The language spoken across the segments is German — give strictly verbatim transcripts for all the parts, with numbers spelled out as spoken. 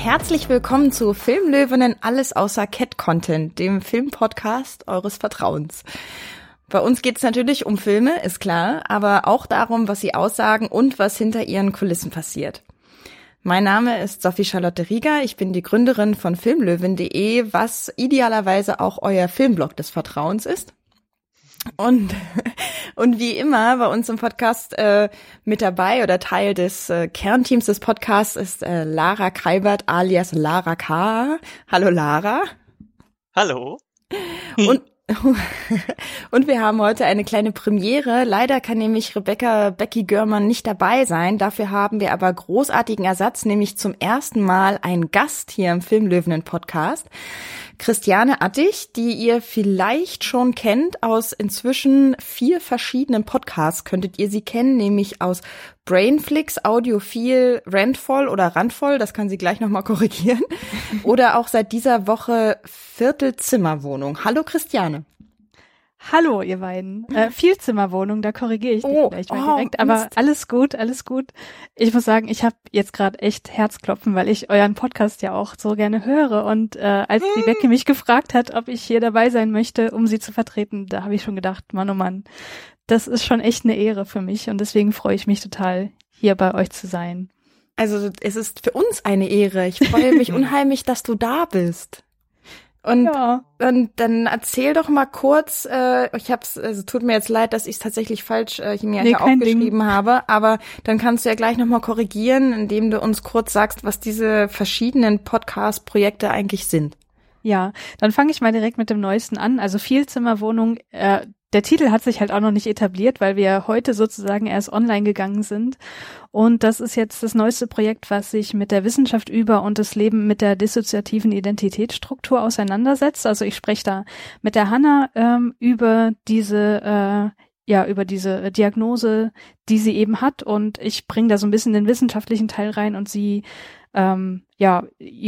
Herzlich willkommen zu Filmlöwinnen Alles außer Cat-Content, dem Filmpodcast eures Vertrauens. Bei uns geht's natürlich um Filme, ist klar, aber auch darum, was sie aussagen und was hinter ihren Kulissen passiert. Mein Name ist Sophie Charlotte Rieger, ich bin die Gründerin von filmlöwin punkt de, was idealerweise auch euer Filmblog des Vertrauens ist. Und und wie immer bei uns im Podcast äh, mit dabei oder Teil des äh, Kernteams des Podcasts ist äh, Lara Kreibert alias Lara K. Hallo Lara. Hallo. Und und wir haben heute eine kleine Premiere. Leider kann nämlich Rebecca Becky Görmann nicht dabei sein. Dafür haben wir aber großartigen Ersatz, nämlich zum ersten Mal einen Gast hier im Filmlöwinnen-Podcast. Christiane Attich, die ihr vielleicht schon kennt aus inzwischen vier verschiedenen Podcasts, könntet ihr sie kennen, nämlich aus Brainflix, Audiophil, Randvoll oder Randvoll, das kann sie gleich nochmal korrigieren, oder auch seit dieser Woche Viertelzimmerwohnung. Hallo Christiane. Hallo, ihr beiden. Äh, Vielzimmerwohnung, da korrigiere ich dich oh, gleich mal oh, direkt. Aber Mist. alles gut, alles gut. Ich muss sagen, ich habe jetzt gerade echt Herzklopfen, weil ich euren Podcast ja auch so gerne höre. Und äh, als die Becky mich gefragt hat, ob ich hier dabei sein möchte, um sie zu vertreten, da habe ich schon gedacht, Mann, oh Mann, das ist schon echt eine Ehre für mich. Und deswegen freue ich mich total, hier bei euch zu sein. Also es ist für uns eine Ehre. Ich freue mich unheimlich, dass du da bist. Und, ja. und dann erzähl doch mal kurz, äh, ich hab's, also tut mir jetzt leid, dass ich es tatsächlich falsch äh, mir Nee, hier kein aufgeschrieben Ding. habe, aber dann kannst du ja gleich nochmal korrigieren, indem du uns kurz sagst, was diese verschiedenen Podcast-Projekte eigentlich sind. Ja, dann fange ich mal direkt mit dem Neuesten an. Also Vielzimmerwohnung, äh, der Titel hat sich halt auch noch nicht etabliert, weil wir heute sozusagen erst online gegangen sind. Und das ist jetzt das neueste Projekt, was sich mit der Wissenschaft über und das Leben mit der dissoziativen Identitätsstruktur auseinandersetzt. Also ich spreche da mit der Hanna ähm, über diese äh, ja über diese Diagnose, die sie eben hat. Und ich bringe da so ein bisschen den wissenschaftlichen Teil rein und sie ähm, ja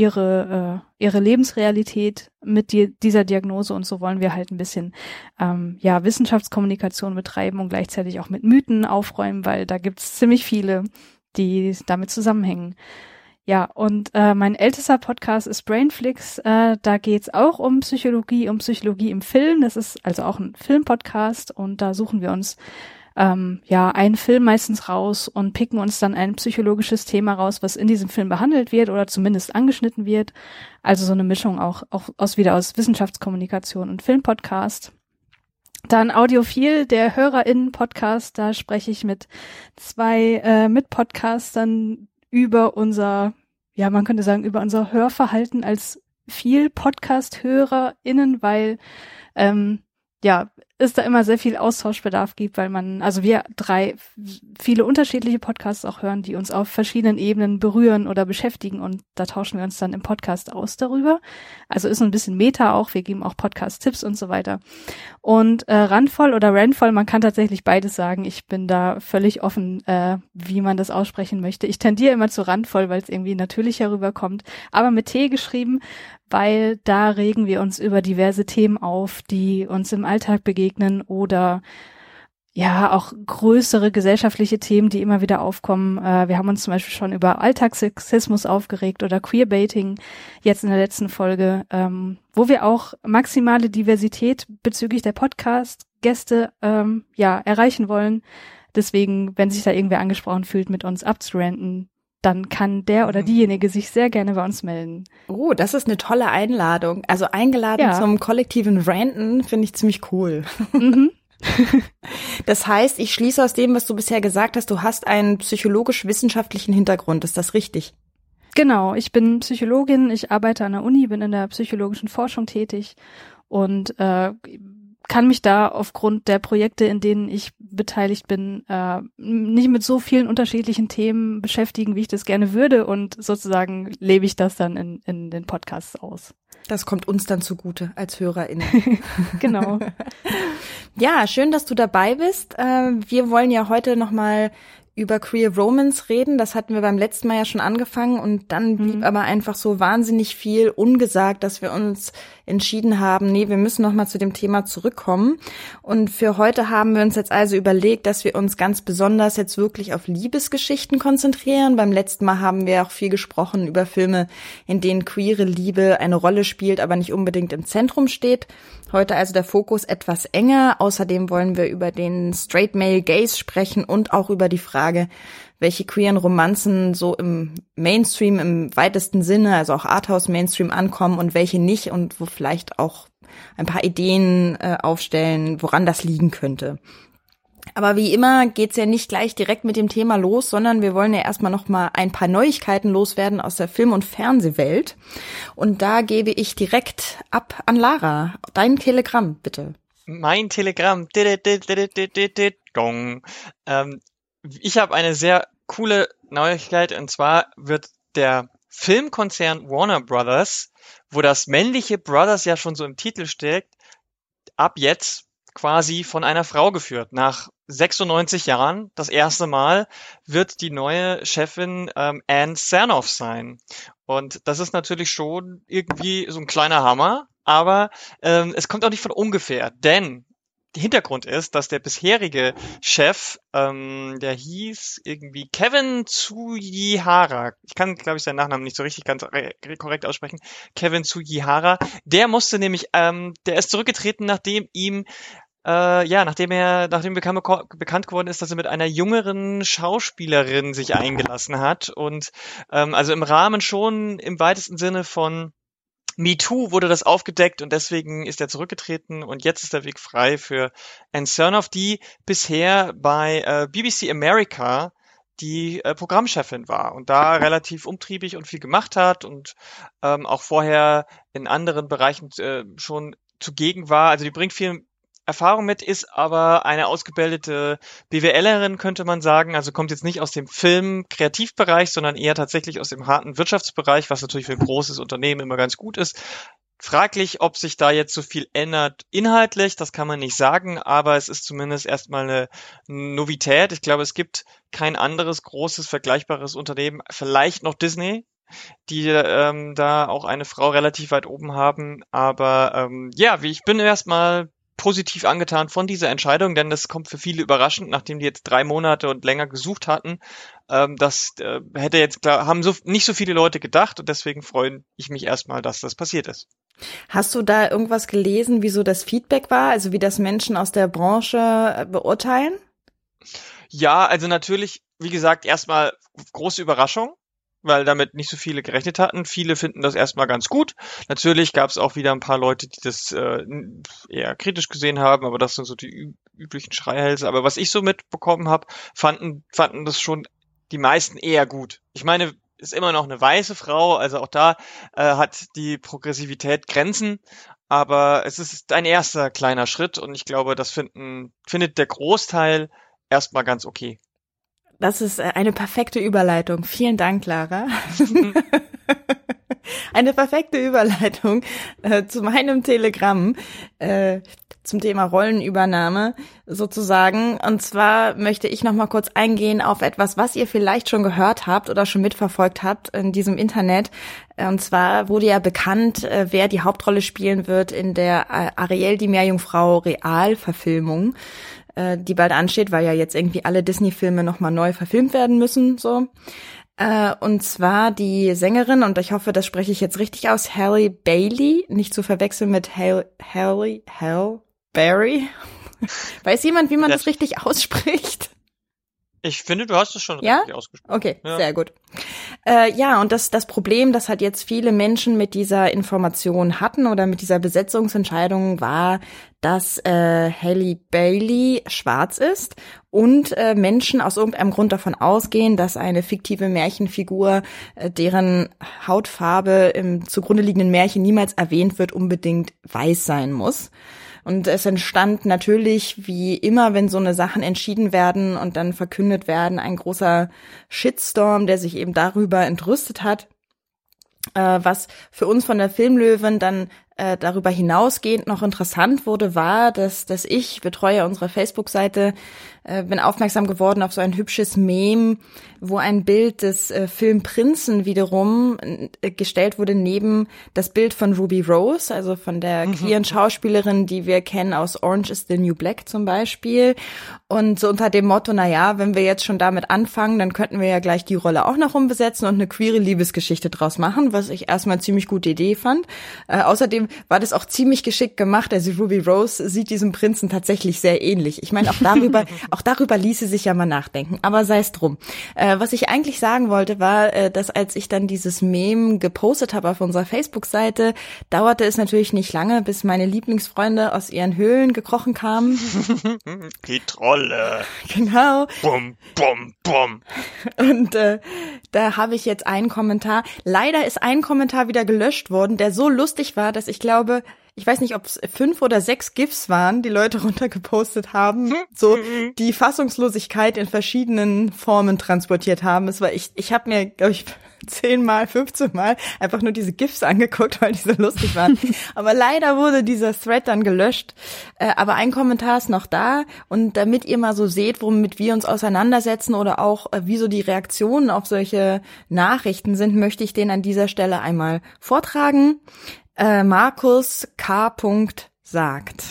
ihre äh, ihre Lebensrealität mit die, dieser Diagnose, und so wollen wir halt ein bisschen ähm, ja Wissenschaftskommunikation betreiben und gleichzeitig auch mit Mythen aufräumen, weil da gibt's ziemlich viele, die damit zusammenhängen. Ja, und äh, mein ältester Podcast ist Brainflix. Äh, da geht's auch um Psychologie, um Psychologie im Film. Das ist also auch ein Filmpodcast, und da suchen wir uns ähm, ja einen Film meistens raus und picken uns dann ein psychologisches Thema raus, was in diesem Film behandelt wird oder zumindest angeschnitten wird. Also so eine Mischung auch, auch aus wieder aus Wissenschaftskommunikation und Filmpodcast. Dann Audiophil, der HörerInnen-Podcast. Da spreche ich mit zwei äh, Mitpodcastern über unser, ja, man könnte sagen, über unser Hörverhalten als viel Podcast-HörerInnen, weil ähm, ja, es da immer sehr viel Austauschbedarf gibt, weil man, also wir drei viele unterschiedliche Podcasts auch hören, die uns auf verschiedenen Ebenen berühren oder beschäftigen, und da tauschen wir uns dann im Podcast aus darüber. Also ist so ein bisschen Meta auch, wir geben auch Podcast-Tipps und so weiter. Und äh, Randvoll oder Randvoll, man kann tatsächlich beides sagen. Ich bin da völlig offen, äh, wie man das aussprechen möchte. Ich tendiere immer zu Randvoll, weil es irgendwie natürlicher rüberkommt, aber mit T geschrieben, weil da regen wir uns über diverse Themen auf, die uns im Alltag begegnen, oder ja auch größere gesellschaftliche Themen, die immer wieder aufkommen. Äh, wir haben uns zum Beispiel schon über Alltagssexismus aufgeregt oder Queerbaiting jetzt in der letzten Folge, ähm, wo wir auch maximale Diversität bezüglich der Podcast-Gäste ähm, ja erreichen wollen. Deswegen, wenn sich da irgendwer angesprochen fühlt, mit uns abzuranten, dann kann der oder diejenige sich sehr gerne bei uns melden. Oh, das ist eine tolle Einladung. Also eingeladen ja. zum kollektiven Ranten finde ich ziemlich cool. Mhm. Das heißt, ich schließe aus dem, was du bisher gesagt hast, du hast einen psychologisch-wissenschaftlichen Hintergrund. Ist das richtig? Genau, ich bin Psychologin, ich arbeite an der Uni, bin in der psychologischen Forschung tätig und äh, kann mich da aufgrund der Projekte, in denen ich beteiligt bin, äh, nicht mit so vielen unterschiedlichen Themen beschäftigen, wie ich das gerne würde, und sozusagen lebe ich das dann in, in den Podcasts aus. Das kommt uns dann zugute als HörerInnen. Genau. Ja, schön, dass du dabei bist. Wir wollen ja heute nochmal über Queer Romance reden. Das hatten wir beim letzten Mal ja schon angefangen und dann blieb mhm. aber einfach so wahnsinnig viel ungesagt, dass wir uns entschieden haben, nee, wir müssen noch mal zu dem Thema zurückkommen. Und für heute haben wir uns jetzt also überlegt, dass wir uns ganz besonders jetzt wirklich auf Liebesgeschichten konzentrieren. Beim letzten Mal haben wir auch viel gesprochen über Filme, in denen queere Liebe eine Rolle spielt, aber nicht unbedingt im Zentrum steht. Heute also der Fokus etwas enger. Außerdem wollen wir über den Straight Male Gaze sprechen und auch über die Frage, welche queeren Romanzen so im Mainstream im weitesten Sinne, also auch Arthouse-Mainstream ankommen und welche nicht und wo vielleicht auch ein paar Ideen äh, aufstellen, woran das liegen könnte. Aber wie immer geht's ja nicht gleich direkt mit dem Thema los, sondern wir wollen ja erstmal noch mal ein paar Neuigkeiten loswerden aus der Film- und Fernsehwelt. Und da gebe ich direkt ab an Lara. Dein Telegramm, bitte. Mein Telegramm. Ähm, ich habe eine sehr coole Neuigkeit, und zwar wird der Filmkonzern Warner Brothers, wo das männliche Brothers ja schon so im Titel steckt, ab jetzt quasi von einer Frau geführt. Nach sechsundneunzig Jahren, das erste Mal, wird die neue Chefin ähm, Ann Sarnoff sein. Und das ist natürlich schon irgendwie so ein kleiner Hammer, aber ähm, es kommt auch nicht von ungefähr, denn der Hintergrund ist, dass der bisherige Chef, ähm, der hieß irgendwie Kevin Tsujihara, ich kann, glaube ich, seinen Nachnamen nicht so richtig ganz korrekt aussprechen, Kevin Tsujihara, der musste nämlich, ähm, der ist zurückgetreten, nachdem ihm Äh, ja, nachdem er, nachdem bekannt, bekannt geworden ist, dass er mit einer jüngeren Schauspielerin sich eingelassen hat und ähm, also im Rahmen schon im weitesten Sinne von MeToo wurde das aufgedeckt und deswegen ist er zurückgetreten und jetzt ist der Weg frei für Ann Sarnoff, die bisher bei äh, B B C America die äh, Programmchefin war und da relativ umtriebig und viel gemacht hat und ähm, auch vorher in anderen Bereichen äh, schon zugegen war. Also die bringt viel Erfahrung mit, ist aber eine ausgebildete BWLerin, könnte man sagen. Also kommt jetzt nicht aus dem Film-Kreativbereich, sondern eher tatsächlich aus dem harten Wirtschaftsbereich, was natürlich für ein großes Unternehmen immer ganz gut ist. Fraglich, ob sich da jetzt so viel ändert inhaltlich, das kann man nicht sagen, aber es ist zumindest erstmal eine Novität. Ich glaube, es gibt kein anderes großes, vergleichbares Unternehmen, vielleicht noch Disney, die ähm, da auch eine Frau relativ weit oben haben. Aber ähm, ja, wie ich bin erstmal positiv angetan von dieser Entscheidung, denn das kommt für viele überraschend, nachdem die jetzt drei Monate und länger gesucht hatten. Ähm, das äh, hätte jetzt klar, haben so nicht so viele Leute gedacht und deswegen freue ich mich erstmal, dass das passiert ist. Hast du da irgendwas gelesen, wie so das Feedback war, also wie das Menschen aus der Branche beurteilen? Ja, also natürlich, wie gesagt, erstmal große Überraschung, weil damit nicht so viele gerechnet hatten. Viele finden das erstmal ganz gut. Natürlich gab es auch wieder ein paar Leute, die das äh, eher kritisch gesehen haben, aber das sind so die ü- üblichen Schreihälse. Aber was ich so mitbekommen habe, fanden fanden das schon die meisten eher gut. Ich meine, ist immer noch eine weiße Frau, also auch da äh, hat die Progressivität Grenzen, aber es ist ein erster kleiner Schritt und ich glaube, das finden findet der Großteil erstmal ganz okay. Das ist eine perfekte Überleitung. Vielen Dank, Lara. Eine perfekte Überleitung äh, zu meinem Telegramm äh, zum Thema Rollenübernahme sozusagen. Und zwar möchte ich noch mal kurz eingehen auf etwas, was ihr vielleicht schon gehört habt oder schon mitverfolgt habt in diesem Internet. Und zwar wurde ja bekannt, äh, wer die Hauptrolle spielen wird in der äh, Ariel, die Meerjungfrau Realverfilmung, die bald ansteht, weil ja jetzt irgendwie alle Disney-Filme nochmal neu verfilmt werden müssen, so. Äh, und zwar die Sängerin, und ich hoffe, das spreche ich jetzt richtig aus, Halle Bailey, nicht zu verwechseln mit Halle, Halle, Halle Berry. Weiß jemand, wie man das, das richtig ausspricht? Ich finde, du hast es schon ja? richtig ausgesprochen. Okay, ja. Sehr gut. Äh, ja, und das das Problem, das halt jetzt viele Menschen mit dieser Information hatten oder mit dieser Besetzungsentscheidung war, dass äh, Halle Bailey schwarz ist und äh, Menschen aus irgendeinem Grund davon ausgehen, dass eine fiktive Märchenfigur, äh, deren Hautfarbe im zugrunde liegenden Märchen niemals erwähnt wird, unbedingt weiß sein muss. Und es entstand natürlich, wie immer, wenn so eine Sachen entschieden werden und dann verkündet werden, ein großer Shitstorm, der sich eben darüber entrüstet hat. Äh, was für uns von der Filmlöwen dann äh, darüber hinausgehend noch interessant wurde, war, dass, dass ich, Betreuer unserer Facebook-Seite, äh, bin aufmerksam geworden auf so ein hübsches Meme, wo ein Bild des äh, Film Prinzen wiederum äh, gestellt wurde neben das Bild von Ruby Rose, also von der queeren Schauspielerin, die wir kennen aus Orange is the New Black zum Beispiel. Und so unter dem Motto, na ja, wenn wir jetzt schon damit anfangen, dann könnten wir ja gleich die Rolle auch noch umbesetzen und eine queere Liebesgeschichte draus machen, was ich erstmal eine ziemlich gute Idee fand. Äh, außerdem war das auch ziemlich geschickt gemacht. Also Ruby Rose sieht diesem Prinzen tatsächlich sehr ähnlich. Ich meine, auch darüber, auch darüber ließe sich ja mal nachdenken. Aber sei es drum. Äh, was ich eigentlich sagen wollte, war, äh, dass als ich dann dieses Meme gepostet habe auf unserer Facebook-Seite, dauerte es natürlich nicht lange, bis meine Lieblingsfreunde aus ihren Höhlen gekrochen kamen. Die Trolle. Genau. Bum, bum, bum. Und äh, da habe ich jetzt einen Kommentar. Leider ist ein Kommentar wieder gelöscht worden, der so lustig war, dass ich glaube, ich weiß nicht, ob es fünf oder sechs GIFs waren, die Leute runtergepostet haben, so die Fassungslosigkeit in verschiedenen Formen transportiert haben. Es war ich, ich habe mir, glaube ich, zehnmal, fünfzehnmal einfach nur diese GIFs angeguckt, weil die so lustig waren. Aber leider wurde dieser Thread dann gelöscht. Äh, aber ein Kommentar ist noch da. Und damit ihr mal so seht, womit wir uns auseinandersetzen oder auch, äh, wie so die Reaktionen auf solche Nachrichten sind, möchte ich den an dieser Stelle einmal vortragen. Äh, Markus K. sagt: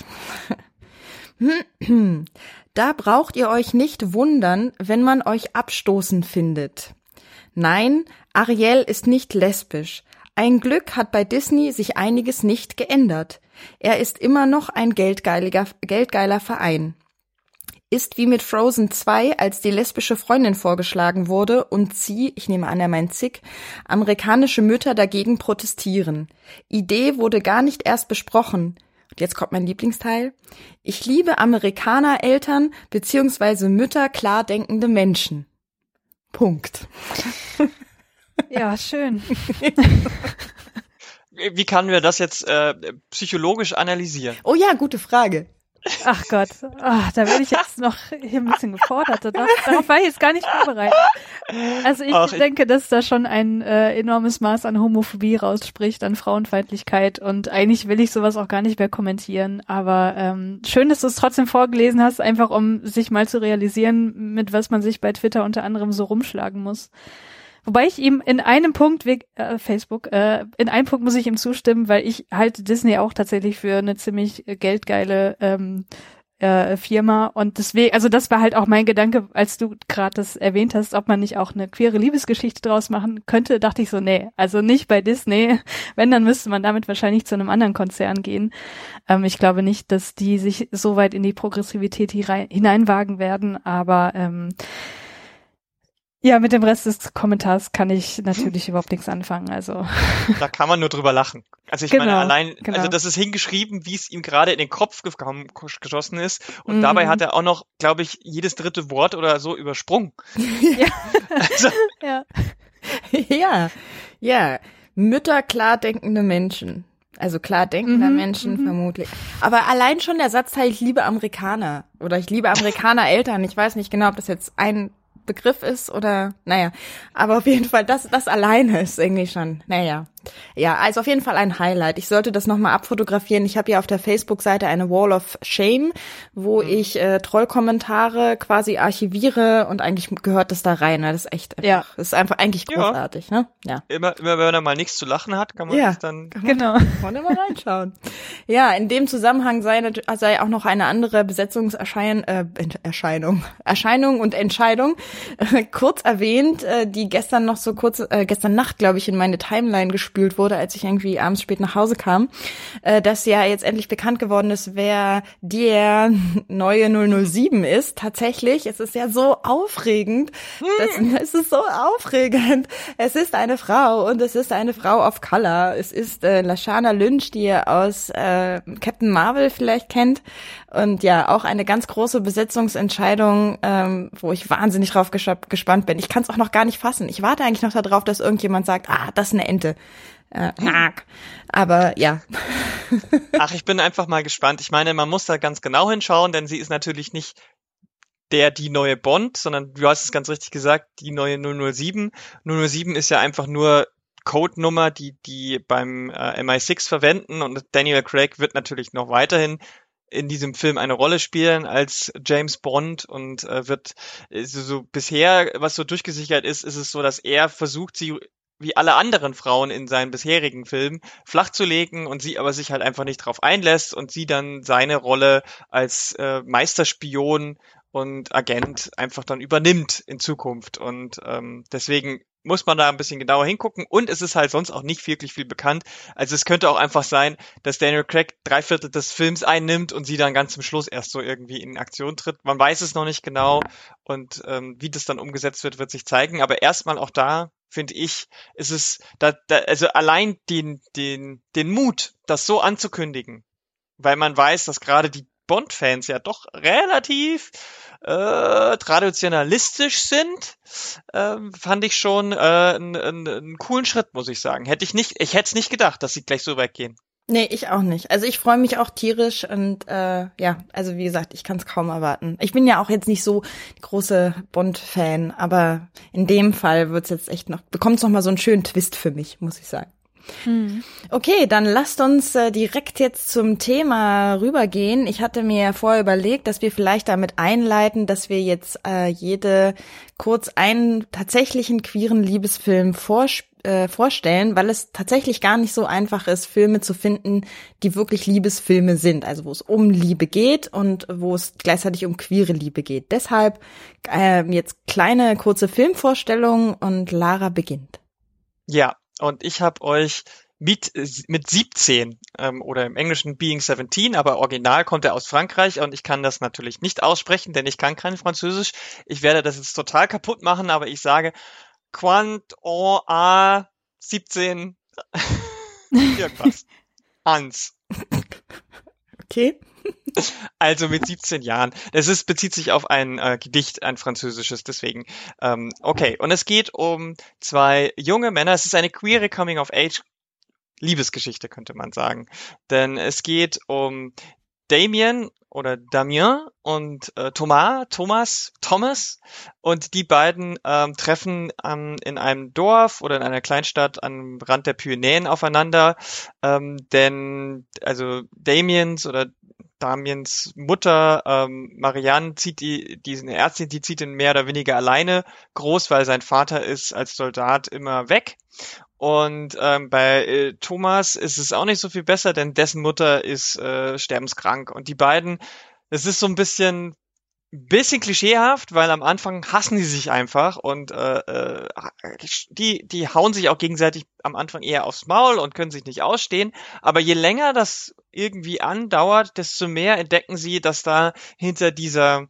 Da braucht ihr euch nicht wundern, wenn man euch abstoßend findet. Nein, Ariel ist nicht lesbisch. Ein Glück hat bei Disney sich einiges nicht geändert. Er ist immer noch ein geldgeiliger, geldgeiler Verein. Ist wie mit Frozen zwei, als die lesbische Freundin vorgeschlagen wurde und sie, ich nehme an, er meint Zick, amerikanische Mütter dagegen protestieren. Idee wurde gar nicht erst besprochen. Und jetzt kommt mein Lieblingsteil. Ich liebe Amerikaner-Eltern beziehungsweise Mütter klar denkende Menschen. Punkt. Ja, schön. Wie können wir das jetzt äh, psychologisch analysieren? Oh ja, gute Frage. Ach Gott, oh, da werde ich jetzt noch hier ein bisschen gefordert. Darauf, darauf war ich jetzt gar nicht vorbereitet. Also ich Ach, denke, dass da schon ein äh, enormes Maß an Homophobie rausspricht, an Frauenfeindlichkeit, und eigentlich will ich sowas auch gar nicht mehr kommentieren. Aber ähm, schön, dass du es trotzdem vorgelesen hast, einfach um sich mal zu realisieren, mit was man sich bei Twitter unter anderem so rumschlagen muss. Wobei ich ihm in einem Punkt, äh, Facebook, äh, in einem Punkt muss ich ihm zustimmen, weil ich halte Disney auch tatsächlich für eine ziemlich geldgeile ähm, äh, Firma, und deswegen, also das war halt auch mein Gedanke, als du gerade das erwähnt hast, ob man nicht auch eine queere Liebesgeschichte draus machen könnte, dachte ich so, nee, also nicht bei Disney. Wenn, dann müsste man damit wahrscheinlich zu einem anderen Konzern gehen. Ähm, ich glaube nicht, dass die sich so weit in die Progressivität hineinwagen werden, aber ähm, ja, mit dem Rest des Kommentars kann ich natürlich überhaupt nichts anfangen, also. Da kann man nur drüber lachen. Also ich genau, meine, allein, genau. also das ist hingeschrieben, wie es ihm gerade in den Kopf gekommen, geschossen ist. Und Mhm. dabei hat er auch noch, glaube ich, jedes dritte Wort oder so übersprungen. Ja. Also, Ja. Ja, ja. Mütter klar denkende Menschen. Also klar denkender Mhm, Menschen mhm. vermutlich. Aber allein schon der Satzteil, ich liebe Amerikaner oder ich liebe Amerikaner-Eltern. Ich weiß nicht genau, ob das jetzt ein Begriff ist oder, naja, aber auf jeden Fall, das, das alleine ist irgendwie schon, naja. Ja, also auf jeden Fall ein Highlight. Ich sollte das nochmal abfotografieren. Ich habe ja auf der Facebook-Seite eine Wall of Shame, wo mhm. ich äh, Trollkommentare quasi archiviere, und eigentlich gehört das da rein. Ne? Das ist echt einfach, ja. das ist einfach eigentlich großartig, ja. ne? Ja. Immer, immer wenn er mal nichts zu lachen hat, kann man ja. das dann... Kann man, Genau. Kann man immer reinschauen. Ja, in dem Zusammenhang sei, sei auch noch eine andere Besetzungserscheinung, äh, Erscheinung, Erscheinung und Entscheidung äh, kurz erwähnt, äh, die gestern noch so kurz, äh, gestern Nacht, glaube ich, in meine Timeline gespült wurde, als ich irgendwie abends spät nach Hause kam, äh, dass ja jetzt endlich bekannt geworden ist, wer der neue null null sieben ist. Tatsächlich, es ist ja so aufregend. Das, es ist so aufregend. Es ist eine Frau, und es ist eine Frau of Color. Es ist äh, Lashana Lynch, die ihr aus äh, Captain Marvel vielleicht kennt. Und ja, auch eine ganz große Besetzungsentscheidung, ähm, wo ich wahnsinnig drauf ges- gespannt bin. Ich kann es auch noch gar nicht fassen. Ich warte eigentlich noch darauf, dass irgendjemand sagt, ah, das ist eine Ente. Äh, aber ja. Ach, ich bin einfach mal gespannt. Ich meine, man muss da ganz genau hinschauen, denn sie ist natürlich nicht der, die neue Bond, sondern du hast es ganz richtig gesagt, die neue null null sieben. null null sieben ist ja einfach nur Codenummer, die die beim äh, M I sechs verwenden, und Daniel Craig wird natürlich noch weiterhin in diesem Film eine Rolle spielen als James Bond und äh, wird so, so bisher, was so durchgesickert ist, ist es so, dass er versucht, sie wie alle anderen Frauen in seinen bisherigen Filmen flach zu legen und sie aber sich halt einfach nicht drauf einlässt und sie dann seine Rolle als äh, Meisterspion und Agent einfach dann übernimmt in Zukunft. Und ähm, deswegen muss man da ein bisschen genauer hingucken. Und es ist halt sonst auch nicht wirklich viel bekannt. Also es könnte auch einfach sein, dass Daniel Craig drei Viertel des Films einnimmt und sie dann ganz zum Schluss erst so irgendwie in Aktion tritt. Man weiß es noch nicht genau. Und ähm, wie das dann umgesetzt wird, wird sich zeigen. Aber erstmal auch da, finde ich, ist es, da, da, also allein den, den, den Mut, das so anzukündigen, weil man weiß, dass gerade die Bond-Fans ja doch relativ äh, traditionalistisch sind, äh, fand ich schon äh, einen, einen, einen coolen Schritt, muss ich sagen. Hätte ich nicht, ich hätte es nicht gedacht, dass sie gleich so weit gehen. Nee, ich auch nicht. Also ich freue mich auch tierisch und äh, ja, also wie gesagt, ich kann es kaum erwarten. Ich bin ja auch jetzt nicht so die große Bond-Fan, aber in dem Fall wird's jetzt echt noch, bekommt's noch mal so einen schönen Twist für mich, muss ich sagen. Hm. Okay, dann lasst uns äh, direkt jetzt zum Thema rübergehen. Ich hatte mir vorher überlegt, dass wir vielleicht damit einleiten, dass wir jetzt äh, jede kurz einen tatsächlichen queeren Liebesfilm vorspielen. Äh, vorstellen, weil es tatsächlich gar nicht so einfach ist, Filme zu finden, die wirklich Liebesfilme sind, also wo es um Liebe geht und wo es gleichzeitig um queere Liebe geht. Deshalb äh, jetzt kleine, kurze Filmvorstellungen und Lara beginnt. Ja, und ich habe euch mit, mit siebzehn ähm, oder im Englischen Being siebzehn, aber original kommt er aus Frankreich und ich kann das natürlich nicht aussprechen, denn ich kann kein Französisch. Ich werde das jetzt total kaputt machen, aber ich sage Quant on a siebzehn irgendwas. Ans. Okay. Also mit siebzehn Jahren. Es ist, bezieht sich auf ein äh, Gedicht, ein französisches, deswegen. Ähm, okay, und es geht um zwei junge Männer. Es ist eine queere Coming-of-Age-Liebesgeschichte, könnte man sagen. Denn es geht um Damien oder Damien und äh, Thomas, Thomas, Thomas und die beiden ähm, treffen ähm, in einem Dorf oder in einer Kleinstadt am Rand der Pyrenäen aufeinander, ähm, denn also Damiens oder Damiens Mutter ähm, Marianne zieht die, diesen Ärztin, die zieht ihn mehr oder weniger alleine groß, weil sein Vater ist als Soldat immer weg. Und ähm, bei äh, Thomas ist es auch nicht so viel besser, denn dessen Mutter ist äh, sterbenskrank. Und die beiden, es ist so ein bisschen bisschen klischeehaft, weil am Anfang hassen die sich einfach und äh, äh, die die hauen sich auch gegenseitig am Anfang eher aufs Maul und können sich nicht ausstehen. Aber je länger das irgendwie andauert, desto mehr entdecken sie, dass da hinter dieser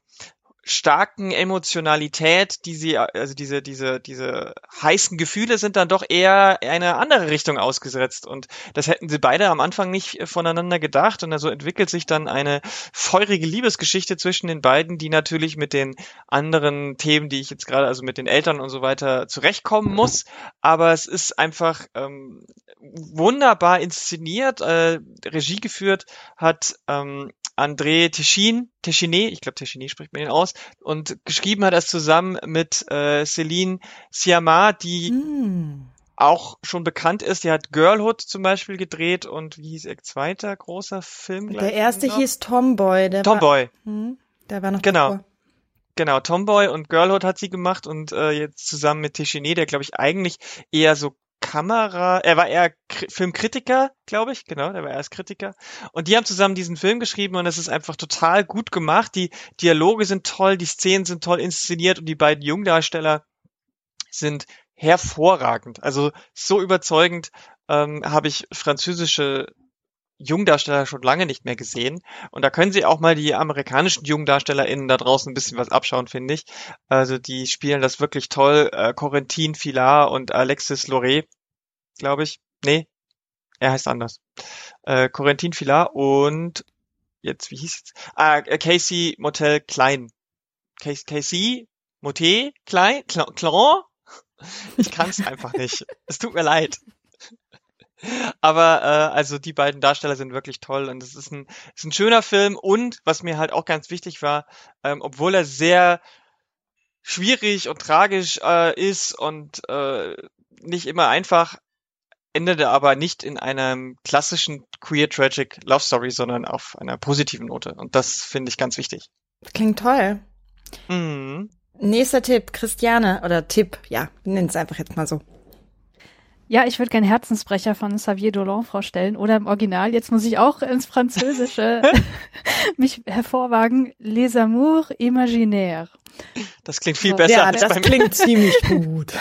starken Emotionalität, die sie, also diese, diese, diese heißen Gefühle sind dann doch eher eine andere Richtung ausgesetzt und das hätten sie beide am Anfang nicht voneinander gedacht und so entwickelt sich dann eine feurige Liebesgeschichte zwischen den beiden, die natürlich mit den anderen Themen, die ich jetzt gerade, also mit den Eltern und so weiter zurechtkommen muss, aber es ist einfach ähm, wunderbar inszeniert, äh, Regie geführt hat ähm, André Téchiné, Téchiné, ich glaube Téchiné spricht man ihn aus, und geschrieben hat er es zusammen mit äh, Céline Sciamma, die hm. auch schon bekannt ist. Die hat Girlhood zum Beispiel gedreht und wie hieß ihr zweiter großer Film? Der erste noch? hieß Tomboy. Der Tomboy. War, hm, der war noch genau. davor. Genau, Tomboy und Girlhood hat sie gemacht und äh, jetzt zusammen mit Téchiné, der glaube ich eigentlich eher so Kamera, er war eher K- Filmkritiker, glaube ich, genau, der war erst Kritiker. Und die haben zusammen diesen Film geschrieben und es ist einfach total gut gemacht. Die Dialoge sind toll, die Szenen sind toll inszeniert und die beiden Jungdarsteller sind hervorragend. Also so überzeugend ähm, habe ich französische Jungdarsteller schon lange nicht mehr gesehen. Und da können sie auch mal die amerikanischen JungdarstellerInnen da draußen ein bisschen was abschauen, finde ich. Also die spielen das wirklich toll. Äh, Corentin Filard und Alexis Lauré, glaube ich. Nee, er heißt anders. Äh, Corentin Filard und jetzt, wie hieß es? Ah, Casey Motel Klein. Casey, Casey Motel Klein? Clan? Ich kann es einfach nicht. Es tut mir leid. Aber äh, also die beiden Darsteller sind wirklich toll und es ist ein, ist ein schöner Film und was mir halt auch ganz wichtig war, ähm, obwohl er sehr schwierig und tragisch äh, ist und äh, nicht immer einfach, endete aber nicht in einem klassischen Queer Tragic Love Story, sondern auf einer positiven Note. Und das finde ich ganz wichtig. Klingt toll. Mhm. Nächster Tipp, Christiane, oder Tipp, ja, nenn's einfach jetzt mal so. Ja, ich würde gerne Herzensbrecher von Xavier Dolan vorstellen oder im Original. Jetzt muss ich auch ins Französische mich hervorwagen. Les Amours Imaginaires. Das klingt viel So. besser Ja, als das beim klingt ziemlich gut.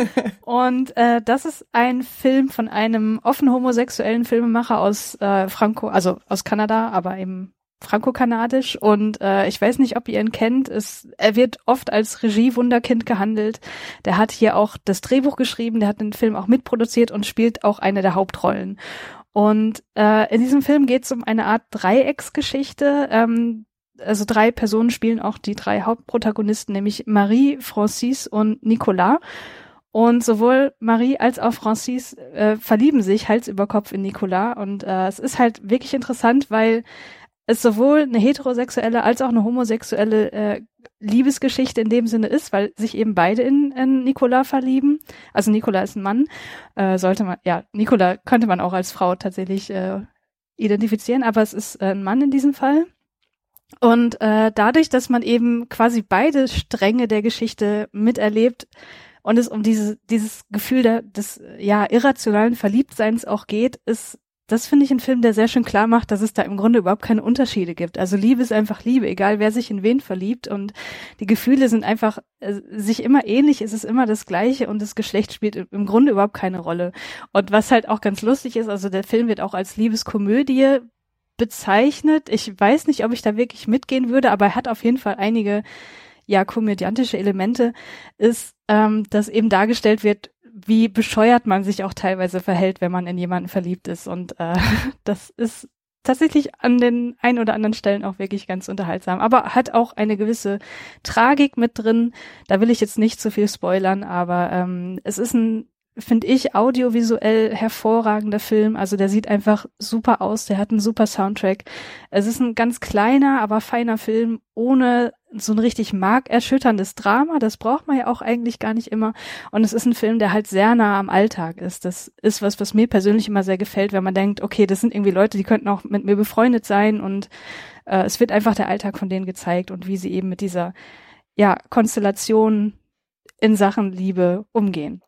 Und äh, das ist ein Film von einem offen homosexuellen Filmemacher aus äh, Franco, also aus Kanada, aber eben franco-kanadisch. Und äh, ich weiß nicht, ob ihr ihn kennt. Es, er wird oft als Regie-Wunderkind gehandelt. Der hat hier auch das Drehbuch geschrieben, der hat den Film auch mitproduziert und spielt auch eine der Hauptrollen. Und äh, in diesem Film geht es um eine Art Dreiecksgeschichte. Ähm, also drei Personen spielen auch die drei Hauptprotagonisten, nämlich Marie, Francis und Nicolas. Und sowohl Marie als auch Francis äh, verlieben sich Hals über Kopf in Nicolas. Und äh, es ist halt wirklich interessant, weil es sowohl eine heterosexuelle als auch eine homosexuelle äh, Liebesgeschichte in dem Sinne ist, weil sich eben beide in, in Nicolas verlieben. Also Nicolas ist ein Mann, äh, sollte man, ja, Nicolas könnte man auch als Frau tatsächlich äh, identifizieren, aber es ist äh, ein Mann in diesem Fall. Und äh, dadurch, dass man eben quasi beide Stränge der Geschichte miterlebt und es um diese, dieses Gefühl der, des ja irrationalen Verliebtseins auch geht, ist das finde ich ein Film, der sehr schön klar macht, dass es da im Grunde überhaupt keine Unterschiede gibt. Also Liebe ist einfach Liebe, egal wer sich in wen verliebt und die Gefühle sind einfach äh, sich immer ähnlich, es ist immer das Gleiche und das Geschlecht spielt im Grunde überhaupt keine Rolle. Und was halt auch ganz lustig ist, also der Film wird auch als Liebeskomödie bezeichnet. Ich weiß nicht, ob ich da wirklich mitgehen würde, aber er hat auf jeden Fall einige ja komödiantische Elemente, ist, ähm, dass eben dargestellt wird, wie bescheuert man sich auch teilweise verhält, wenn man in jemanden verliebt ist. Und äh, das ist tatsächlich an den ein oder anderen Stellen auch wirklich ganz unterhaltsam. Aber hat auch eine gewisse Tragik mit drin. Da will ich jetzt nicht zu viel spoilern, aber ähm, es ist ein, finde ich, audiovisuell hervorragender Film. Also der sieht einfach super aus, der hat einen super Soundtrack. Es ist ein ganz kleiner, aber feiner Film, ohne so ein richtig markerschütterndes Drama. Das braucht man ja auch eigentlich gar nicht immer. Und es ist ein Film, der halt sehr nah am Alltag ist. Das ist was, was mir persönlich immer sehr gefällt, wenn man denkt, okay, das sind irgendwie Leute, die könnten auch mit mir befreundet sein und äh, es wird einfach der Alltag von denen gezeigt und wie sie eben mit dieser, ja, Konstellation in Sachen Liebe umgehen.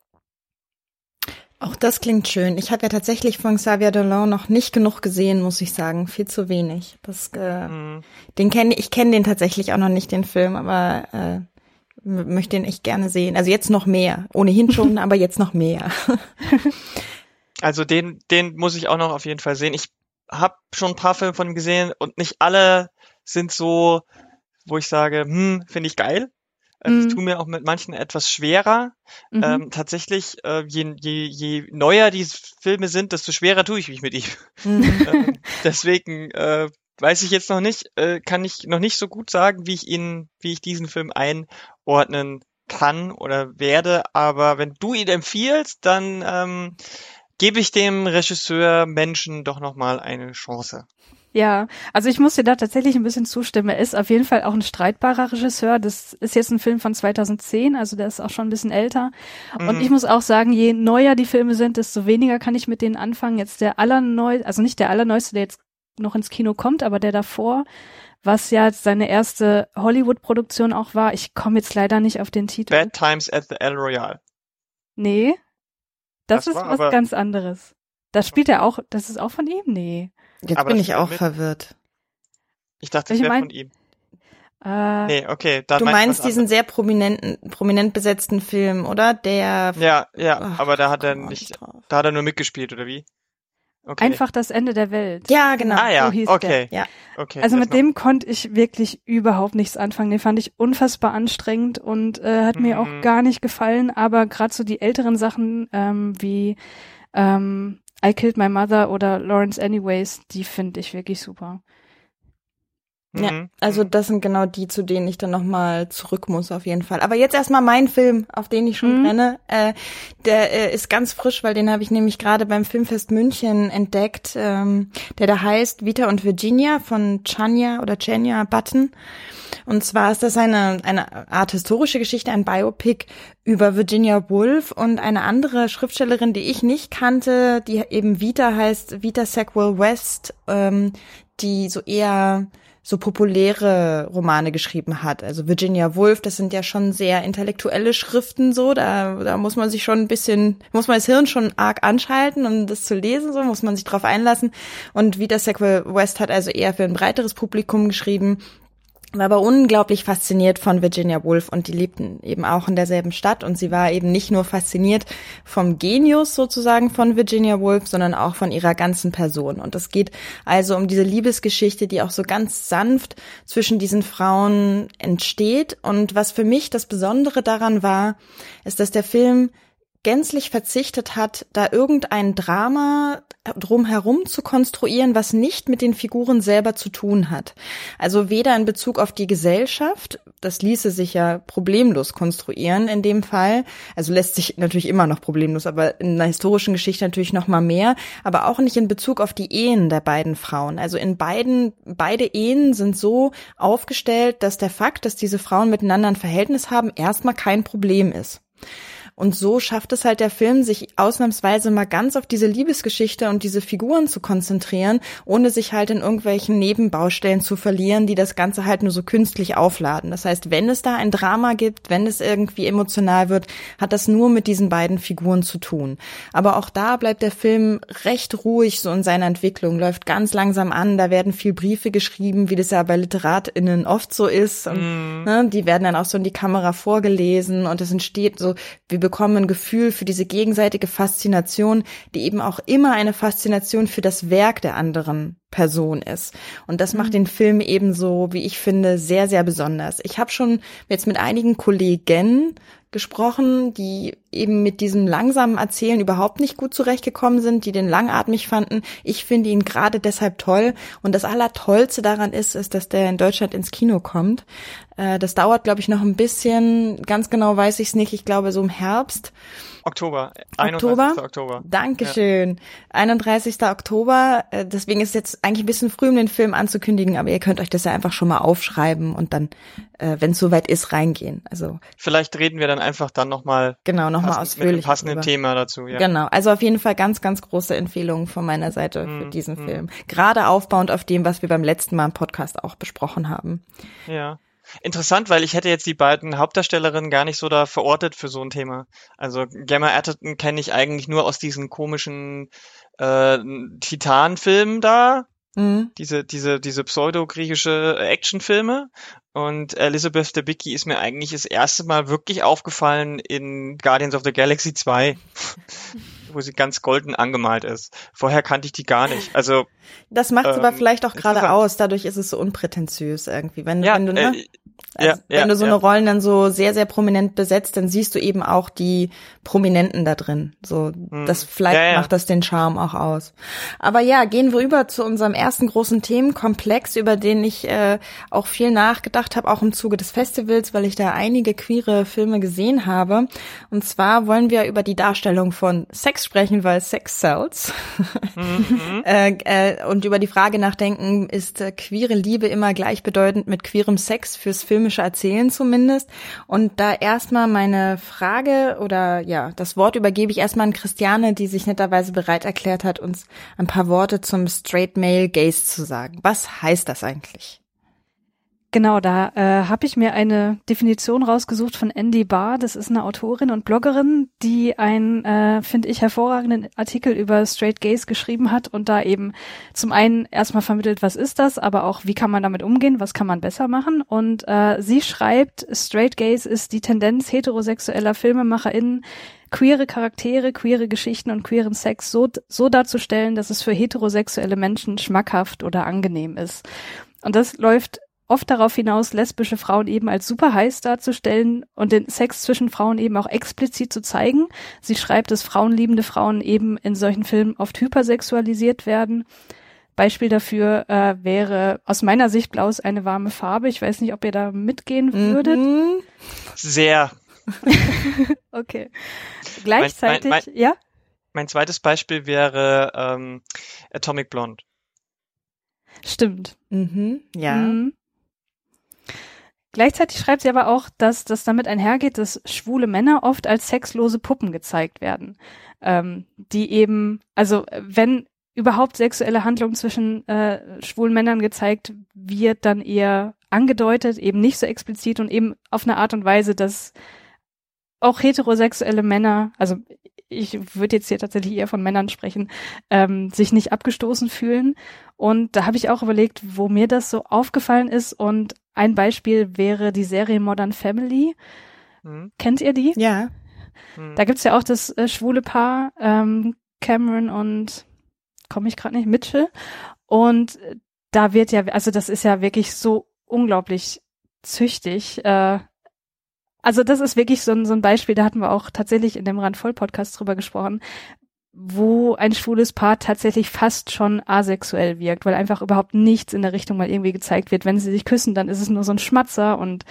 Auch das klingt schön. Ich habe ja tatsächlich von Xavier Dolan noch nicht genug gesehen, muss ich sagen. Viel zu wenig. Das, äh, mhm. Den kenne ich kenne den tatsächlich auch noch nicht, den Film, aber äh, möchte den echt gerne sehen. Also jetzt noch mehr. Ohnehin schon, aber jetzt noch mehr. Also den, den muss ich auch noch auf jeden Fall sehen. Ich habe schon ein paar Filme von ihm gesehen und nicht alle sind so, wo ich sage, hm, finde ich geil. Also ich tue mir auch mit manchen etwas schwerer. Mhm. Ähm, tatsächlich, äh, je, je, je neuer die Filme sind, desto schwerer tue ich mich mit ihm. Mhm. ähm, deswegen äh, weiß ich jetzt noch nicht, äh, kann ich noch nicht so gut sagen, wie ich ihn, wie ich diesen Film einordnen kann oder werde. Aber wenn du ihn empfiehlst, dann ähm, gebe ich dem Regisseur Menschen doch nochmal eine Chance. Ja, also ich muss dir da tatsächlich ein bisschen zustimmen. Er ist auf jeden Fall auch ein streitbarer Regisseur. Das ist jetzt ein Film von zweitausendzehn, also der ist auch schon ein bisschen älter. Mhm. Und ich muss auch sagen, je neuer die Filme sind, desto weniger kann ich mit denen anfangen. Jetzt der allerneu, also nicht der allerneueste, der jetzt noch ins Kino kommt, aber der davor, was ja seine erste Hollywood-Produktion auch war. Ich komme jetzt leider nicht auf den Titel. Bad Times at the El Royale. Nee, das, das ist was aber ganz anderes. Das spielt er auch, das ist auch von ihm? Nee. Jetzt aber bin ich auch mit? verwirrt. Ich dachte, das wäre von ihm. Äh, nee, okay. Dann du meinst diesen sehr prominenten, prominent besetzten Film, oder? Der. Ja, ja, ach, aber da hat er nicht, da hat er nur mitgespielt, oder wie? Okay. Einfach das Ende der Welt. Ja, genau. Ah ja, so hieß okay. Der. Ja. okay. Also mit dem konnte ich wirklich überhaupt nichts anfangen. Den fand ich unfassbar anstrengend und äh, hat mhm. mir auch gar nicht gefallen. Aber gerade so die älteren Sachen ähm, wie ähm, I, Killed My Mother oder Lawrence Anyways, die finde ich wirklich super. Ja, also das sind genau die, zu denen ich dann nochmal zurück muss auf jeden Fall. Aber jetzt erstmal mein Film, auf den ich schon mhm. brenne. Äh, der äh, ist ganz frisch, weil den habe ich nämlich gerade beim Filmfest München entdeckt, ähm, der da heißt Vita und Virginia von Chania oder Chania Button. Und zwar ist das eine eine Art historische Geschichte, ein Biopic über Virginia Woolf und eine andere Schriftstellerin, die ich nicht kannte, die eben Vita heißt, Vita Sackville West, ähm, die so eher so populäre Romane geschrieben hat. Also Virginia Woolf, das sind ja schon sehr intellektuelle Schriften so, da da muss man sich schon ein bisschen, muss man das Hirn schon arg anschalten, um das zu lesen, so muss man sich drauf einlassen. Und Vita Sackville West hat also eher für ein breiteres Publikum geschrieben, war aber unglaublich fasziniert von Virginia Woolf und die lebten eben auch in derselben Stadt und sie war eben nicht nur fasziniert vom Genius sozusagen von Virginia Woolf, sondern auch von ihrer ganzen Person. Und es geht also um diese Liebesgeschichte, die auch so ganz sanft zwischen diesen Frauen entsteht. Und was für mich das Besondere daran war, ist, dass der Film gänzlich verzichtet hat, da irgendein Drama drumherum zu konstruieren, was nicht mit den Figuren selber zu tun hat. Also weder in Bezug auf die Gesellschaft, das ließe sich ja problemlos konstruieren in dem Fall, also lässt sich natürlich immer noch problemlos, aber in einer historischen Geschichte natürlich noch mal mehr, aber auch nicht in Bezug auf die Ehen der beiden Frauen. Also in beiden, beide Ehen sind so aufgestellt, dass der Fakt, dass diese Frauen miteinander ein Verhältnis haben, erstmal kein Problem ist. Und so schafft es halt der Film, sich ausnahmsweise mal ganz auf diese Liebesgeschichte und diese Figuren zu konzentrieren, ohne sich halt in irgendwelchen Nebenbaustellen zu verlieren, die das Ganze halt nur so künstlich aufladen. Das heißt, wenn es da ein Drama gibt, wenn es irgendwie emotional wird, hat das nur mit diesen beiden Figuren zu tun. Aber auch da bleibt der Film recht ruhig so in seiner Entwicklung, läuft ganz langsam an, da werden viel Briefe geschrieben, wie das ja bei LiteratInnen oft so ist. Und, mm. ne, die werden dann auch so in die Kamera vorgelesen und es entsteht so, wir bekommen ein Gefühl für diese gegenseitige Faszination, die eben auch immer eine Faszination für das Werk der anderen Person ist. Und das macht den Film eben so, wie ich finde, sehr, sehr besonders. Ich habe schon jetzt mit einigen Kollegen gesprochen, die eben mit diesem langsamen Erzählen überhaupt nicht gut zurechtgekommen sind, die den langatmig fanden. Ich finde ihn gerade deshalb toll. Und das Allertollste daran ist, ist, dass der in Deutschland ins Kino kommt. Äh, das dauert, glaube ich, noch ein bisschen. Ganz genau weiß ich es nicht. Ich glaube, so im Herbst. Oktober. Oktober? Oktober. Dankeschön. Ja. einunddreißigster Oktober. Deswegen ist es jetzt eigentlich ein bisschen früh, um den Film anzukündigen, aber ihr könnt euch das ja einfach schon mal aufschreiben und dann, äh, wenn es soweit ist, reingehen. Also vielleicht reden wir dann einfach dann nochmal genau, noch mal ausführlich mit dem passenden drüber. Thema dazu. Ja. Genau, also auf jeden Fall ganz, ganz große Empfehlung von meiner Seite für mm, diesen mm. Film. Gerade aufbauend auf dem, was wir beim letzten Mal im Podcast auch besprochen haben. Ja. Interessant, weil ich hätte jetzt die beiden Hauptdarstellerinnen gar nicht so da verortet für so ein Thema. Also Gemma Arterton kenne ich eigentlich nur aus diesen komischen äh, Titan-Filmen da, mhm. diese diese diese pseudo-griechische Actionfilme. Und Elizabeth Debicki ist mir eigentlich das erste Mal wirklich aufgefallen in Guardians of the Galaxy zwei, wo sie ganz golden angemalt ist. Vorher kannte ich die gar nicht. Also das macht es ähm, aber vielleicht auch gerade aus. Dadurch ist es so unprätentiös irgendwie. Wenn, ja, wenn du ne? Äh, Also, ja, wenn ja, du so ja. eine Rollen dann so sehr, sehr prominent besetzt, dann siehst du eben auch die Prominenten da drin. So, hm. das vielleicht ja, ja. macht das den Charme auch aus. Aber ja, gehen wir rüber zu unserem ersten großen Themenkomplex, über den ich äh, auch viel nachgedacht habe, auch im Zuge des Festivals, weil ich da einige queere Filme gesehen habe. Und zwar wollen wir über die Darstellung von Sex sprechen, weil Sex sells. Mhm. äh, äh, und über die Frage nachdenken, ist äh, queere Liebe immer gleichbedeutend mit queerem Sex fürs Filmische Erzählen zumindest. Und da erstmal meine Frage oder ja, das Wort übergebe ich erstmal an Christiane, die sich netterweise bereit erklärt hat, uns ein paar Worte zum Straight Male Gaze zu sagen. Was heißt das eigentlich? Genau, da äh, habe ich mir eine Definition rausgesucht von Andy Barr. Das ist eine Autorin und Bloggerin, die einen, äh, finde ich, hervorragenden Artikel über Straight Gaze geschrieben hat und da eben zum einen erstmal vermittelt, was ist das, aber auch, wie kann man damit umgehen, was kann man besser machen. Und äh, sie schreibt, Straight Gaze ist die Tendenz heterosexueller FilmemacherInnen, queere Charaktere, queere Geschichten und queeren Sex so, so darzustellen, dass es für heterosexuelle Menschen schmackhaft oder angenehm ist. Und das läuft oft darauf hinaus, lesbische Frauen eben als super heiß darzustellen und den Sex zwischen Frauen eben auch explizit zu zeigen. Sie schreibt, dass frauenliebende Frauen eben in solchen Filmen oft hypersexualisiert werden. Beispiel dafür äh, wäre aus meiner Sicht Blau ist eine warme Farbe. Ich weiß nicht, ob ihr da mitgehen würdet. Mhm. Sehr. Okay. Gleichzeitig, mein, mein, ja? Mein zweites Beispiel wäre ähm, Atomic Blonde. Stimmt. Mhm. Ja. Mhm. Gleichzeitig schreibt sie aber auch, dass das damit einhergeht, dass schwule Männer oft als sexlose Puppen gezeigt werden, ähm, die eben, also wenn überhaupt sexuelle Handlung zwischen äh, schwulen Männern gezeigt wird, dann eher angedeutet, eben nicht so explizit und eben auf eine Art und Weise, dass auch heterosexuelle Männer, also ich würde jetzt hier tatsächlich eher von Männern sprechen, ähm, sich nicht abgestoßen fühlen. Und da habe ich auch überlegt, wo mir das so aufgefallen ist. Und ein Beispiel wäre die Serie Modern Family. Hm. Kennt ihr die? Ja. Hm. Da gibt's ja auch das äh, schwule Paar, ähm, Cameron und, komme ich gerade nicht, Mitchell. Und da wird ja, also das ist ja wirklich so unglaublich züchtig, äh, also das ist wirklich so ein, so ein Beispiel, da hatten wir auch tatsächlich in dem Randvoll-Podcast drüber gesprochen, wo ein schwules Paar tatsächlich fast schon asexuell wirkt, weil einfach überhaupt nichts in der Richtung mal irgendwie gezeigt wird. Wenn sie sich küssen, dann ist es nur so ein Schmatzer und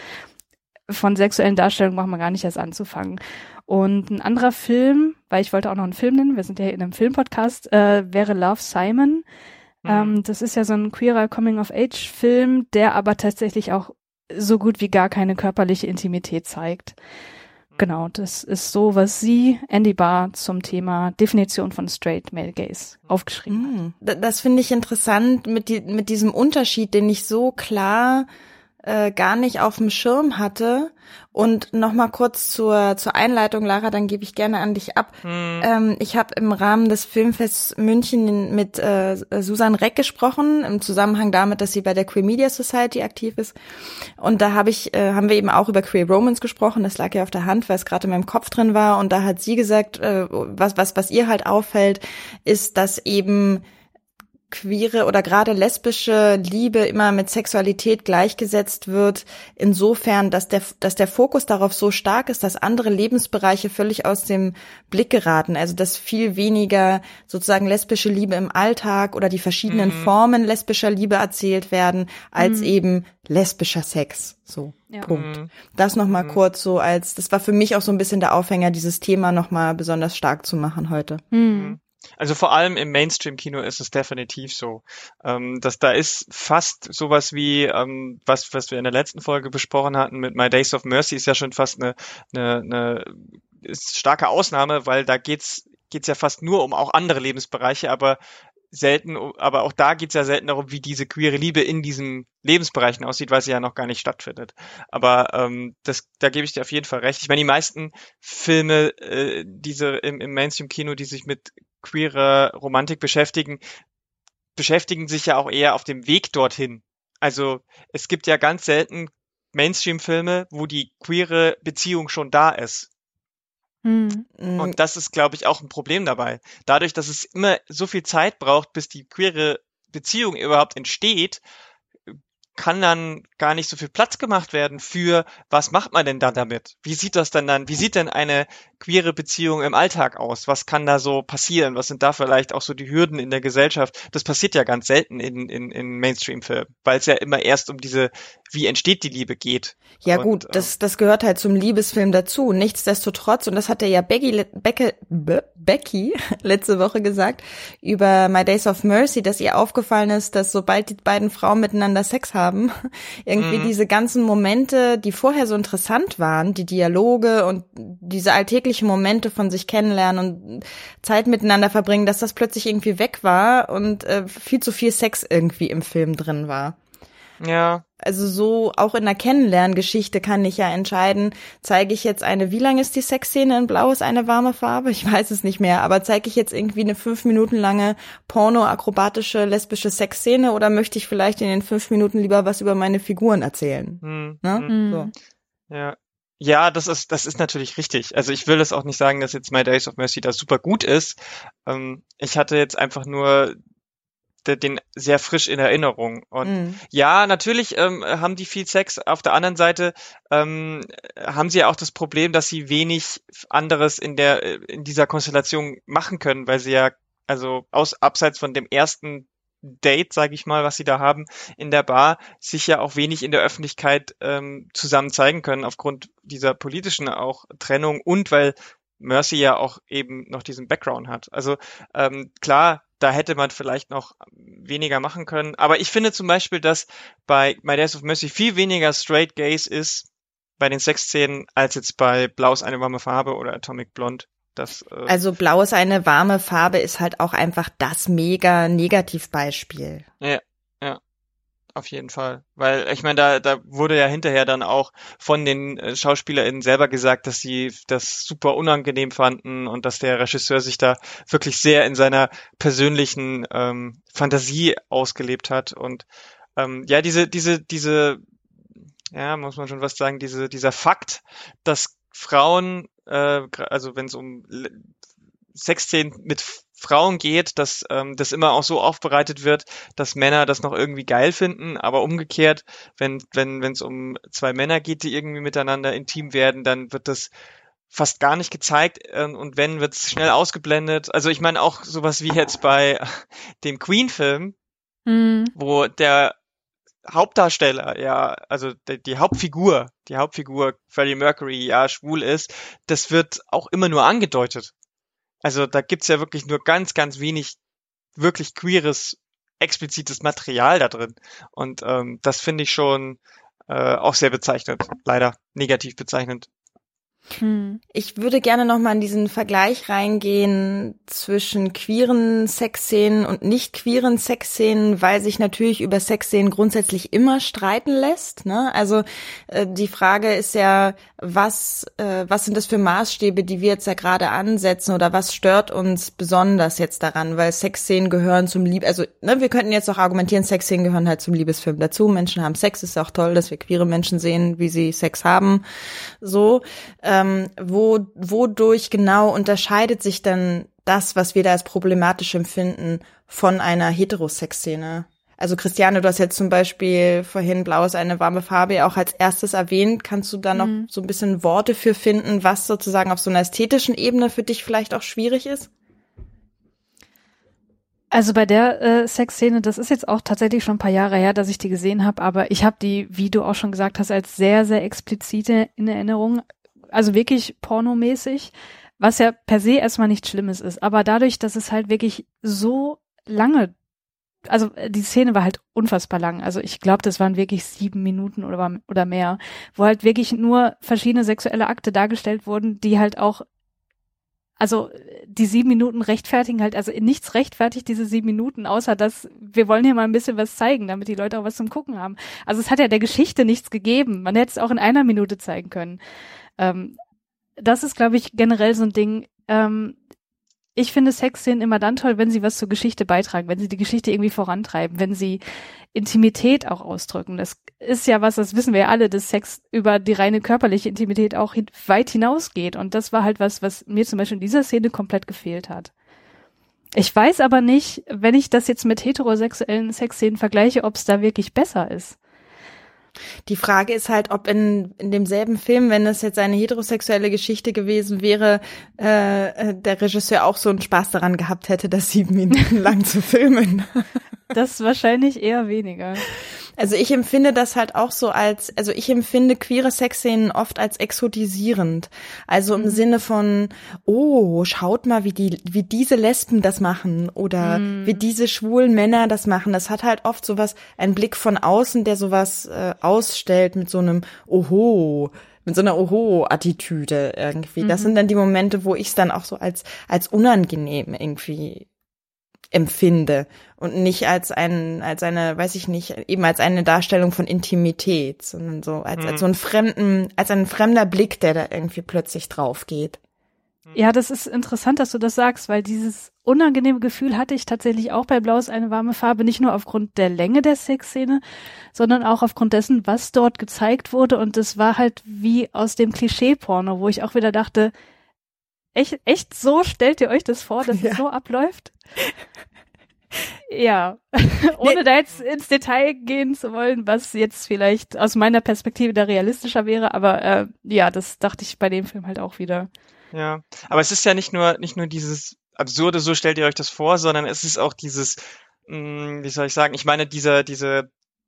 von sexuellen Darstellungen braucht man gar nicht erst anzufangen. Und ein anderer Film, weil ich wollte auch noch einen Film nennen, wir sind ja hier in einem Filmpodcast, äh, wäre Love, Simon. Mhm. Ähm, das ist ja so ein queerer Coming-of-Age-Film, der aber tatsächlich auch so gut wie gar keine körperliche Intimität zeigt. Genau, das ist so, was sie, Andy Barr, zum Thema Definition von Straight Male Gaze aufgeschrieben hat. Das finde ich interessant mit, die, mit diesem Unterschied, den ich so klar äh, gar nicht auf dem Schirm hatte. Und nochmal kurz zur zur Einleitung, Lara, dann gebe ich gerne an dich ab. Hm. Ähm, ich habe im Rahmen des Filmfests München mit äh, Susan Reck gesprochen, im Zusammenhang damit, dass sie bei der Queer Media Society aktiv ist. Und da habe ich äh, haben wir eben auch über Queer Romance gesprochen. Das lag ja auf der Hand, weil es gerade in meinem Kopf drin war. Und da hat sie gesagt, äh, was was was ihr halt auffällt, ist, dass eben queere oder gerade lesbische Liebe immer mit Sexualität gleichgesetzt wird, insofern, dass der dass der Fokus darauf so stark ist, dass andere Lebensbereiche völlig aus dem Blick geraten, also dass viel weniger sozusagen lesbische Liebe im Alltag oder die verschiedenen mhm. Formen lesbischer Liebe erzählt werden, als mhm. eben lesbischer Sex, so, ja. Punkt. Mhm. Das nochmal mhm. kurz so als, das war für mich auch so ein bisschen der Aufhänger, dieses Thema nochmal besonders stark zu machen heute. Mhm. Also vor allem im Mainstream-Kino ist es definitiv so, ähm, dass da ist fast sowas wie, ähm, was was wir in der letzten Folge besprochen hatten mit My Days of Mercy, ist ja schon fast eine, eine, eine ist starke Ausnahme, weil da geht's geht's ja fast nur um auch andere Lebensbereiche, aber selten, aber auch da geht's ja selten darum, wie diese queere Liebe in diesen Lebensbereichen aussieht, weil sie ja noch gar nicht stattfindet. Aber ähm, das, da gebe ich dir auf jeden Fall recht. Ich meine, die meisten Filme, äh, diese im, im Mainstream-Kino, die sich mit queerer Romantik beschäftigen, beschäftigen sich ja auch eher auf dem Weg dorthin. Also es gibt ja ganz selten Mainstream-Filme, wo die queere Beziehung schon da ist. Mhm. Und das ist, glaube ich, auch ein Problem dabei. Dadurch, dass es immer so viel Zeit braucht, bis die queere Beziehung überhaupt entsteht, kann dann gar nicht so viel Platz gemacht werden für, was macht man denn dann damit? Wie sieht das denn dann, wie sieht denn eine queere Beziehung im Alltag aus? Was kann da so passieren? Was sind da vielleicht auch so die Hürden in der Gesellschaft? Das passiert ja ganz selten in, in, in Mainstream-Filmen, weil es ja immer erst um diese, wie entsteht die Liebe geht. Ja und, gut, das das gehört halt zum Liebesfilm dazu. Nichtsdestotrotz, und das hat ja Becky, Becky, Be, Becky letzte Woche gesagt, über My Days of Mercy, dass ihr aufgefallen ist, dass sobald die beiden Frauen miteinander Sex haben, irgendwie mhm. diese ganzen Momente, die vorher so interessant waren, die Dialoge und diese alltäglichen Momente von sich kennenlernen und Zeit miteinander verbringen, dass das plötzlich irgendwie weg war und äh, viel zu viel Sex irgendwie im Film drin war. Ja. Also so auch in der Kennenlerngeschichte kann ich ja entscheiden, zeige ich jetzt eine, wie lang ist die Sexszene in Blau ist eine warme Farbe? Ich weiß es nicht mehr, aber zeige ich jetzt irgendwie eine fünf Minuten lange porno-akrobatische lesbische Sexszene oder möchte ich vielleicht in den fünf Minuten lieber was über meine Figuren erzählen? Hm, ne? hm. So. Ja. Ja, das ist das ist natürlich richtig. Also ich will es auch nicht sagen, dass jetzt My Days of Mercy da super gut ist. Ähm, ich hatte jetzt einfach nur den sehr frisch in Erinnerung. Und mm. ja, natürlich ähm, haben die viel Sex. Auf der anderen Seite ähm, haben sie ja auch das Problem, dass sie wenig anderes in der in dieser Konstellation machen können, weil sie ja also aus abseits von dem ersten Date, sage ich mal, was sie da haben in der Bar, sich ja auch wenig in der Öffentlichkeit ähm, zusammen zeigen können, aufgrund dieser politischen auch Trennung und weil Mercy ja auch eben noch diesen Background hat. Also ähm, klar, da hätte man vielleicht noch weniger machen können, aber ich finde zum Beispiel, dass bei My Days of Mercy viel weniger Straight Gaze ist bei den Sexszenen, als jetzt bei Blau ist eine warme Farbe oder Atomic Blonde. Das, äh also Blau ist eine warme Farbe ist halt auch einfach das mega Negativbeispiel. Ja, ja, auf jeden Fall. Weil ich meine, da, da wurde ja hinterher dann auch von den äh, SchauspielerInnen selber gesagt, dass sie das super unangenehm fanden und dass der Regisseur sich da wirklich sehr in seiner persönlichen ähm, Fantasie ausgelebt hat. Und ähm, ja, diese, diese, diese, ja, muss man schon was sagen, diese, dieser Fakt, dass Frauen, äh, also wenn es um Sexszenen mit Frauen geht, dass ähm, das immer auch so aufbereitet wird, dass Männer das noch irgendwie geil finden, aber umgekehrt, wenn wenn wenn es um zwei Männer geht, die irgendwie miteinander intim werden, dann wird das fast gar nicht gezeigt äh, und wenn, wird es schnell ausgeblendet. Also ich meine auch sowas wie jetzt bei dem Queen-Film, Mhm. wo der Hauptdarsteller, ja, also die, die Hauptfigur, die Hauptfigur Freddie Mercury, ja, schwul ist, das wird auch immer nur angedeutet. Also da gibt's ja wirklich nur ganz, ganz wenig wirklich queeres, explizites Material da drin. Und ähm, das finde ich schon äh, auch sehr bezeichnend, leider negativ bezeichnend. Hm. Ich würde gerne noch mal in diesen Vergleich reingehen zwischen queeren Sexszenen und nicht queeren Sexszenen, weil sich natürlich über Sexszenen grundsätzlich immer streiten lässt, ne? Also äh, die Frage ist ja, was äh, was sind das für Maßstäbe, die wir jetzt ja gerade ansetzen oder was stört uns besonders jetzt daran, weil Sexszenen gehören zum Lieb, also ne, wir könnten jetzt auch argumentieren, Sexszenen gehören halt zum Liebesfilm dazu. Menschen haben Sex, ist ja auch toll, dass wir queere Menschen sehen, wie sie Sex haben, so. Ähm, wo, wodurch genau unterscheidet sich denn das, was wir da als problematisch empfinden, von einer Heterosex-Szene? Also Christiane, du hast jetzt zum Beispiel vorhin Blau ist eine warme Farbe auch als erstes erwähnt. Kannst du da noch Mhm. so ein bisschen Worte für finden, was sozusagen auf so einer ästhetischen Ebene für dich vielleicht auch schwierig ist? Also bei der äh, Sexszene, das ist jetzt auch tatsächlich schon ein paar Jahre her, dass ich die gesehen habe, aber ich habe die, wie du auch schon gesagt hast, als sehr, sehr explizite in Erinnerung. Also wirklich pornomäßig, was ja per se erstmal nichts Schlimmes ist. Aber dadurch, dass es halt wirklich so lange, also die Szene war halt unfassbar lang. Also ich glaube, das waren wirklich sieben Minuten oder, oder mehr, wo halt wirklich nur verschiedene sexuelle Akte dargestellt wurden, die halt auch, also die sieben Minuten rechtfertigen halt, also nichts rechtfertigt diese sieben Minuten, außer dass wir wollen hier mal ein bisschen was zeigen, damit die Leute auch was zum Gucken haben. Also es hat ja der Geschichte nichts gegeben. Man hätte es auch in einer Minute zeigen können. Ähm, das ist, glaube ich, generell so ein Ding. Ähm, ich finde Sexszenen immer dann toll, wenn sie was zur Geschichte beitragen, wenn sie die Geschichte irgendwie vorantreiben, wenn sie Intimität auch ausdrücken. Das ist ja was, das wissen wir ja alle, dass Sex über die reine körperliche Intimität auch hin, weit hinausgeht. Und das war halt was, was mir zum Beispiel in dieser Szene komplett gefehlt hat. Ich weiß aber nicht, wenn ich das jetzt mit heterosexuellen Sexszenen vergleiche, ob es da wirklich besser ist. Die Frage ist halt, ob in, in demselben Film, wenn es jetzt eine heterosexuelle Geschichte gewesen wäre, äh, der Regisseur auch so einen Spaß daran gehabt hätte, das sieben Minuten lang zu filmen. Das wahrscheinlich eher weniger. Also ich empfinde das halt auch so als, also ich empfinde queere Sexszenen oft als exotisierend. Also im mhm. Sinne von, oh, schaut mal, wie die, wie diese Lesben das machen oder mhm. wie diese schwulen Männer das machen. Das hat halt oft sowas, ein Blick von außen, der sowas äh, ausstellt mit so einem Oho, mit so einer Oho-Attitüde irgendwie. Mhm. Das sind dann die Momente, wo ich es dann auch so als als unangenehm irgendwie empfinde und nicht als ein, als eine, weiß ich nicht, eben als eine Darstellung von Intimität, sondern so als, mhm. als so einen fremden, als ein fremder Blick, der da irgendwie plötzlich drauf geht. Ja, das ist interessant, dass du das sagst, weil dieses unangenehme Gefühl hatte ich tatsächlich auch bei Blau ist eine warme Farbe, nicht nur aufgrund der Länge der Sexszene, sondern auch aufgrund dessen, was dort gezeigt wurde, und das war halt wie aus dem Klischee-Porno, wo ich auch wieder dachte, Echt, echt so stellt ihr euch das vor, dass ja. es so abläuft? Ja, ohne nee. da jetzt ins Detail gehen zu wollen, was jetzt vielleicht aus meiner Perspektive da realistischer wäre, aber äh, ja, das dachte ich bei dem Film halt auch wieder. Ja, aber es ist ja nicht nur nicht nur dieses absurde, so stellt ihr euch das vor, sondern es ist auch dieses mh, wie soll ich sagen, ich meine, diese, diese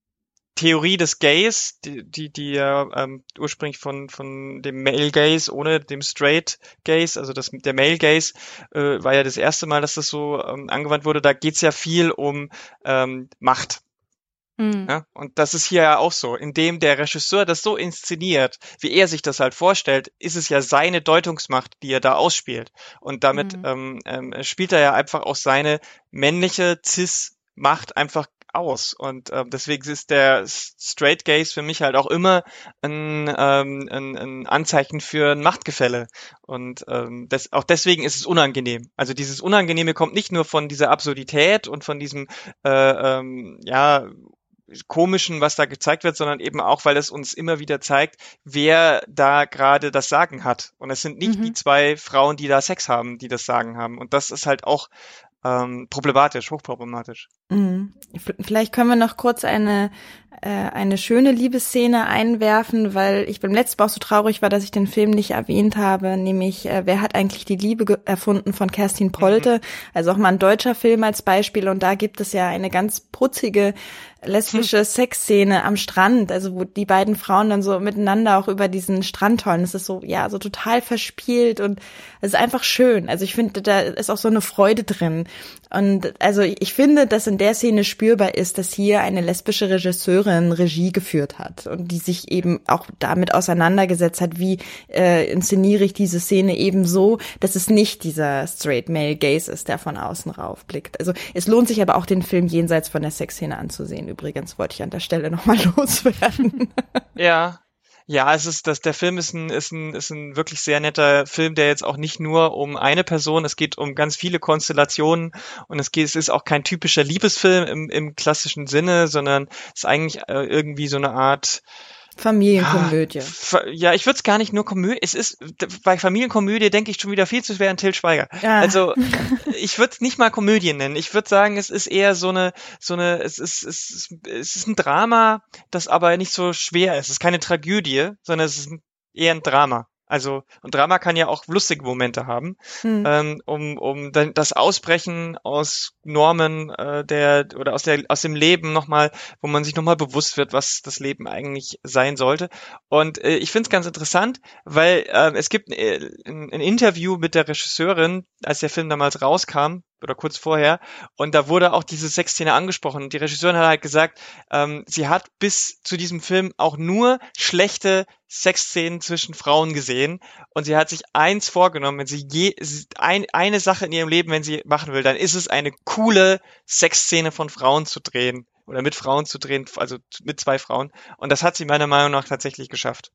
Theorie des Gays, die, die, die ja ähm, ursprünglich von, von dem Male Gaze ohne dem Straight Gaze, also das, der Male Gaze, äh, war ja das erste Mal, dass das so ähm, angewandt wurde. Da geht's ja viel um ähm, Macht. Mhm. Ja? Und das ist hier ja auch so. Indem der Regisseur das so inszeniert, wie er sich das halt vorstellt, ist es ja seine Deutungsmacht, die er da ausspielt. Und damit Mhm. ähm, ähm, spielt er ja einfach auch seine männliche Cis-Macht einfach aus. Und ähm, deswegen ist der Straight Gaze für mich halt auch immer ein, ähm, ein, ein Anzeichen für ein Machtgefälle. Und ähm, das, auch deswegen ist es unangenehm. Also dieses Unangenehme kommt nicht nur von dieser Absurdität und von diesem äh, ähm, ja Komischen, was da gezeigt wird, sondern eben auch, weil es uns immer wieder zeigt, wer da gerade das Sagen hat. Und es sind nicht Mhm. die zwei Frauen, die da Sex haben, die das Sagen haben. Und das ist halt auch ähm, problematisch, hochproblematisch. Mhm. V- Vielleicht können wir noch kurz eine äh, eine schöne Liebesszene einwerfen, weil ich beim letzten Mal auch so traurig war, dass ich den Film nicht erwähnt habe, nämlich äh, wer hat eigentlich die Liebe ge- erfunden von Kerstin Polte, also auch mal ein deutscher Film als Beispiel, und da gibt es ja eine ganz putzige lesbische hm. Sexszene am Strand, also wo die beiden Frauen dann so miteinander auch über diesen Strand tollen. Es ist so, ja, so total verspielt und es ist einfach schön. Also ich finde, da ist auch so eine Freude drin. Und also ich finde, dass in der Szene spürbar ist, dass hier eine lesbische Regisseurin Regie geführt hat und die sich eben auch damit auseinandergesetzt hat, wie äh, inszeniere ich diese Szene eben so, dass es nicht dieser straight male Gaze ist, der von außen raufblickt. Also es lohnt sich aber auch, den Film jenseits von der Sexszene anzusehen. Übrigens wollte ich an der Stelle nochmal loswerden. Ja. Ja, es ist das. Der Film ist ein ist ein ist ein wirklich sehr netter Film, der jetzt auch nicht nur um eine Person. Es geht um ganz viele Konstellationen und es geht. Es ist auch kein typischer Liebesfilm im im klassischen Sinne, sondern es ist eigentlich äh, irgendwie so eine Art Familienkomödie. Ja, ja, ich würde es gar nicht nur Komödie. Es ist bei Familienkomödie denke ich schon wieder viel zu schwer an Til Schweiger. Ja. Also ich würde es nicht mal Komödie nennen. Ich würde sagen, es ist eher so eine so eine. Es ist es ist es ist ein Drama, das aber nicht so schwer ist. Es ist keine Tragödie, sondern es ist eher ein Drama. Also, und Drama kann ja auch lustige Momente haben, Hm. ähm, um, um dann das Ausbrechen aus Normen äh, der oder aus der aus dem Leben nochmal, wo man sich nochmal bewusst wird, was das Leben eigentlich sein sollte. Und äh, ich finde es ganz interessant, weil äh, es gibt äh, ein, ein Interview mit der Regisseurin, als der Film damals rauskam, oder kurz vorher, und da wurde auch diese Sexszene angesprochen. Die Regisseurin hat halt gesagt, ähm, sie hat bis zu diesem Film auch nur schlechte Sexszenen zwischen Frauen gesehen und sie hat sich eins vorgenommen, wenn sie je ein, eine Sache in ihrem Leben, wenn sie machen will, dann ist es eine coole Sexszene von Frauen zu drehen oder mit Frauen zu drehen, also mit zwei Frauen, und das hat sie meiner Meinung nach tatsächlich geschafft.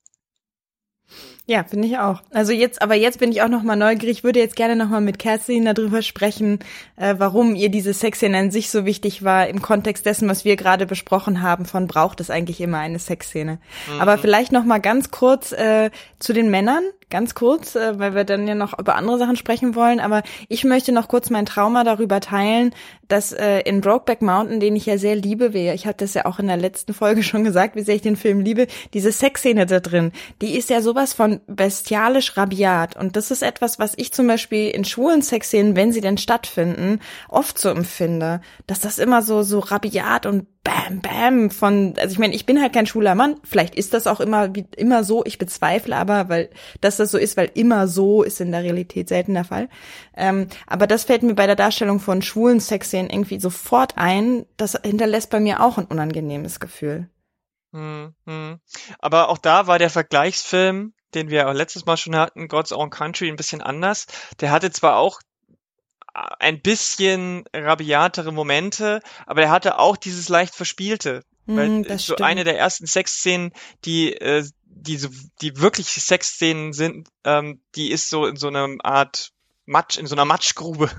Ja, finde ich auch. Also jetzt, aber jetzt bin ich auch noch mal neugierig. Ich würde jetzt gerne noch mal mit Kerstin darüber sprechen, äh, warum ihr diese Sexszene an sich so wichtig war im Kontext dessen, was wir gerade besprochen haben, von braucht es eigentlich immer eine Sexszene. Mhm. Aber vielleicht noch mal ganz kurz äh, zu den Männern. Ganz kurz, äh, weil wir dann ja noch über andere Sachen sprechen wollen, aber ich möchte noch kurz mein Trauma darüber teilen, dass äh, in Brokeback Mountain, den ich ja sehr liebe, wie, ich hatte das ja auch in der letzten Folge schon gesagt, wie sehr ich den Film liebe, diese Sexszene da drin, die ist ja sowas von bestialisch rabiat, und das ist etwas, was ich zum Beispiel in schwulen Sexszenen, wenn sie denn stattfinden, oft so empfinde, dass das immer so so rabiat und bam, bam von, also ich meine, ich bin halt kein schwuler Mann, vielleicht ist das auch immer wie immer so, ich bezweifle aber, weil dass das so ist, weil immer so ist in der Realität selten der Fall. Ähm, aber das fällt mir bei der Darstellung von schwulen Sexszenen irgendwie sofort ein, das hinterlässt bei mir auch ein unangenehmes Gefühl. Hm, hm. Aber auch da war der Vergleichsfilm, den wir auch letztes Mal schon hatten, God's Own Country, ein bisschen anders. Der hatte zwar auch ein bisschen rabiatere Momente, aber er hatte auch dieses leicht Verspielte. Mm, weil das so stimmt. Eine der ersten Sexszenen, die äh, die so, die wirklich Sexszenen sind, ähm, die ist so in so einer Art Matsch, in so einer Matschgrube.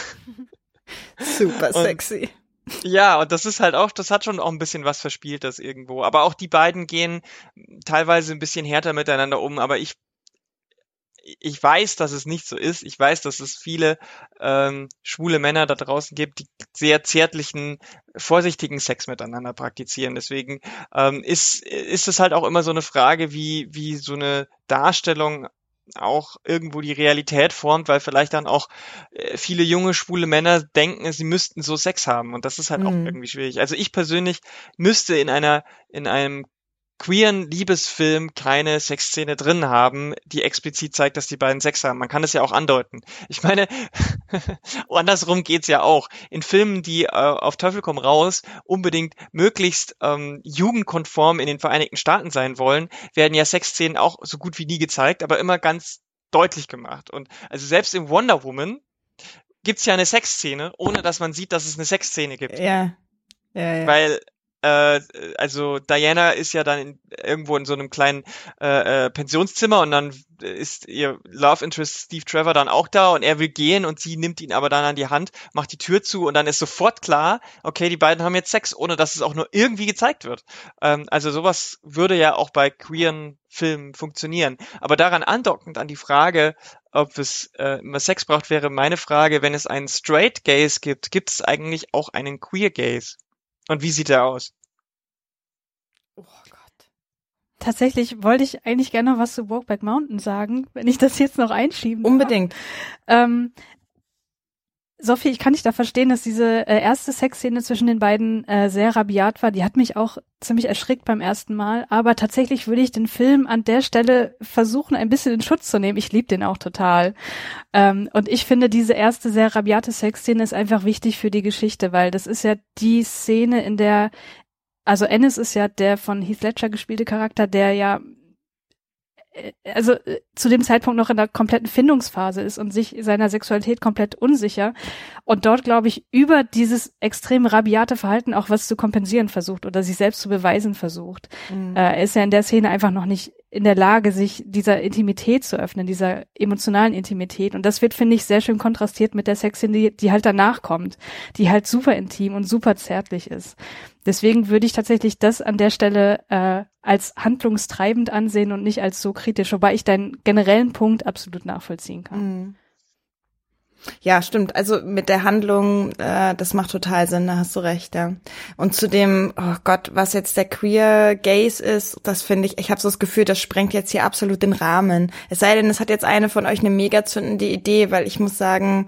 Super sexy. Und, ja, und das ist halt auch, das hat schon auch ein bisschen was Verspieltes irgendwo. Aber auch die beiden gehen teilweise ein bisschen härter miteinander um, aber ich Ich weiß, dass es nicht so ist. Ich weiß, dass es viele ähm, schwule Männer da draußen gibt, die sehr zärtlichen, vorsichtigen Sex miteinander praktizieren. Deswegen ähm, ist ist es halt auch immer so eine Frage, wie wie so eine Darstellung auch irgendwo die Realität formt, weil vielleicht dann auch äh, viele junge, schwule Männer denken, sie müssten so Sex haben und das ist halt mhm. auch irgendwie schwierig. Also ich persönlich müsste in einer, in einem queeren Liebesfilm keine Sexszene drin haben, die explizit zeigt, dass die beiden Sex haben. Man kann es ja auch andeuten. Ich meine, andersrum geht's ja auch. In Filmen, die äh, auf Teufel komm raus unbedingt möglichst ähm, jugendkonform in den Vereinigten Staaten sein wollen, werden ja Sexszenen auch so gut wie nie gezeigt, aber immer ganz deutlich gemacht. Und also selbst in Wonder Woman gibt's ja eine Sexszene, ohne dass man sieht, dass es eine Sexszene gibt. Ja. Ja, ja. Weil Äh, also Diana ist ja dann in, irgendwo in so einem kleinen äh, äh, Pensionszimmer und dann ist ihr Love Interest Steve Trevor dann auch da und er will gehen und sie nimmt ihn aber dann an die Hand, macht die Tür zu und dann ist sofort klar, okay, die beiden haben jetzt Sex, ohne dass es auch nur irgendwie gezeigt wird. Ähm, also sowas würde ja auch bei queeren Filmen funktionieren. Aber daran andockend an die Frage, ob es äh, immer Sex braucht, wäre meine Frage, wenn es einen Straight Gaze gibt, gibt es eigentlich auch einen Queer Gaze? Und wie sieht er aus? Oh Gott. Tatsächlich wollte ich eigentlich gerne noch was zu Brokeback Mountain sagen, wenn ich das jetzt noch einschieben darf. Unbedingt. Ähm, Sophie, ich kann dich da verstehen, dass diese äh, erste Sexszene zwischen den beiden äh, sehr rabiat war. Die hat mich auch ziemlich erschrickt beim ersten Mal. Aber tatsächlich würde ich den Film an der Stelle versuchen, ein bisschen in Schutz zu nehmen. Ich liebe den auch total. Ähm, und ich finde, diese erste sehr rabiate Sexszene ist einfach wichtig für die Geschichte, weil das ist ja die Szene, in der, also Ennis ist ja der von Heath Ledger gespielte Charakter, der ja also äh, zu dem Zeitpunkt noch in der kompletten Findungsphase ist und sich seiner Sexualität komplett unsicher und dort, glaube ich, über dieses extrem rabiate Verhalten auch was zu kompensieren versucht oder sich selbst zu beweisen versucht. Mhm. Äh, er ist ja in der Szene einfach noch nicht in der Lage, sich dieser Intimität zu öffnen, dieser emotionalen Intimität. Und das wird, finde ich, sehr schön kontrastiert mit der Sexszene, die, die halt danach kommt, die halt super intim und super zärtlich ist. Deswegen würde ich tatsächlich das an der Stelle äh, als handlungstreibend ansehen und nicht als so kritisch, wobei ich deinen generellen Punkt absolut nachvollziehen kann. Mhm. Ja, stimmt. Also mit der Handlung, äh, das macht total Sinn, da hast du recht, ja. Und zu dem, oh Gott, was jetzt der Queer Gaze ist, das finde ich, ich habe so das Gefühl, das sprengt jetzt hier absolut den Rahmen. Es sei denn, es hat jetzt eine von euch eine mega zündende Idee, weil ich muss sagen,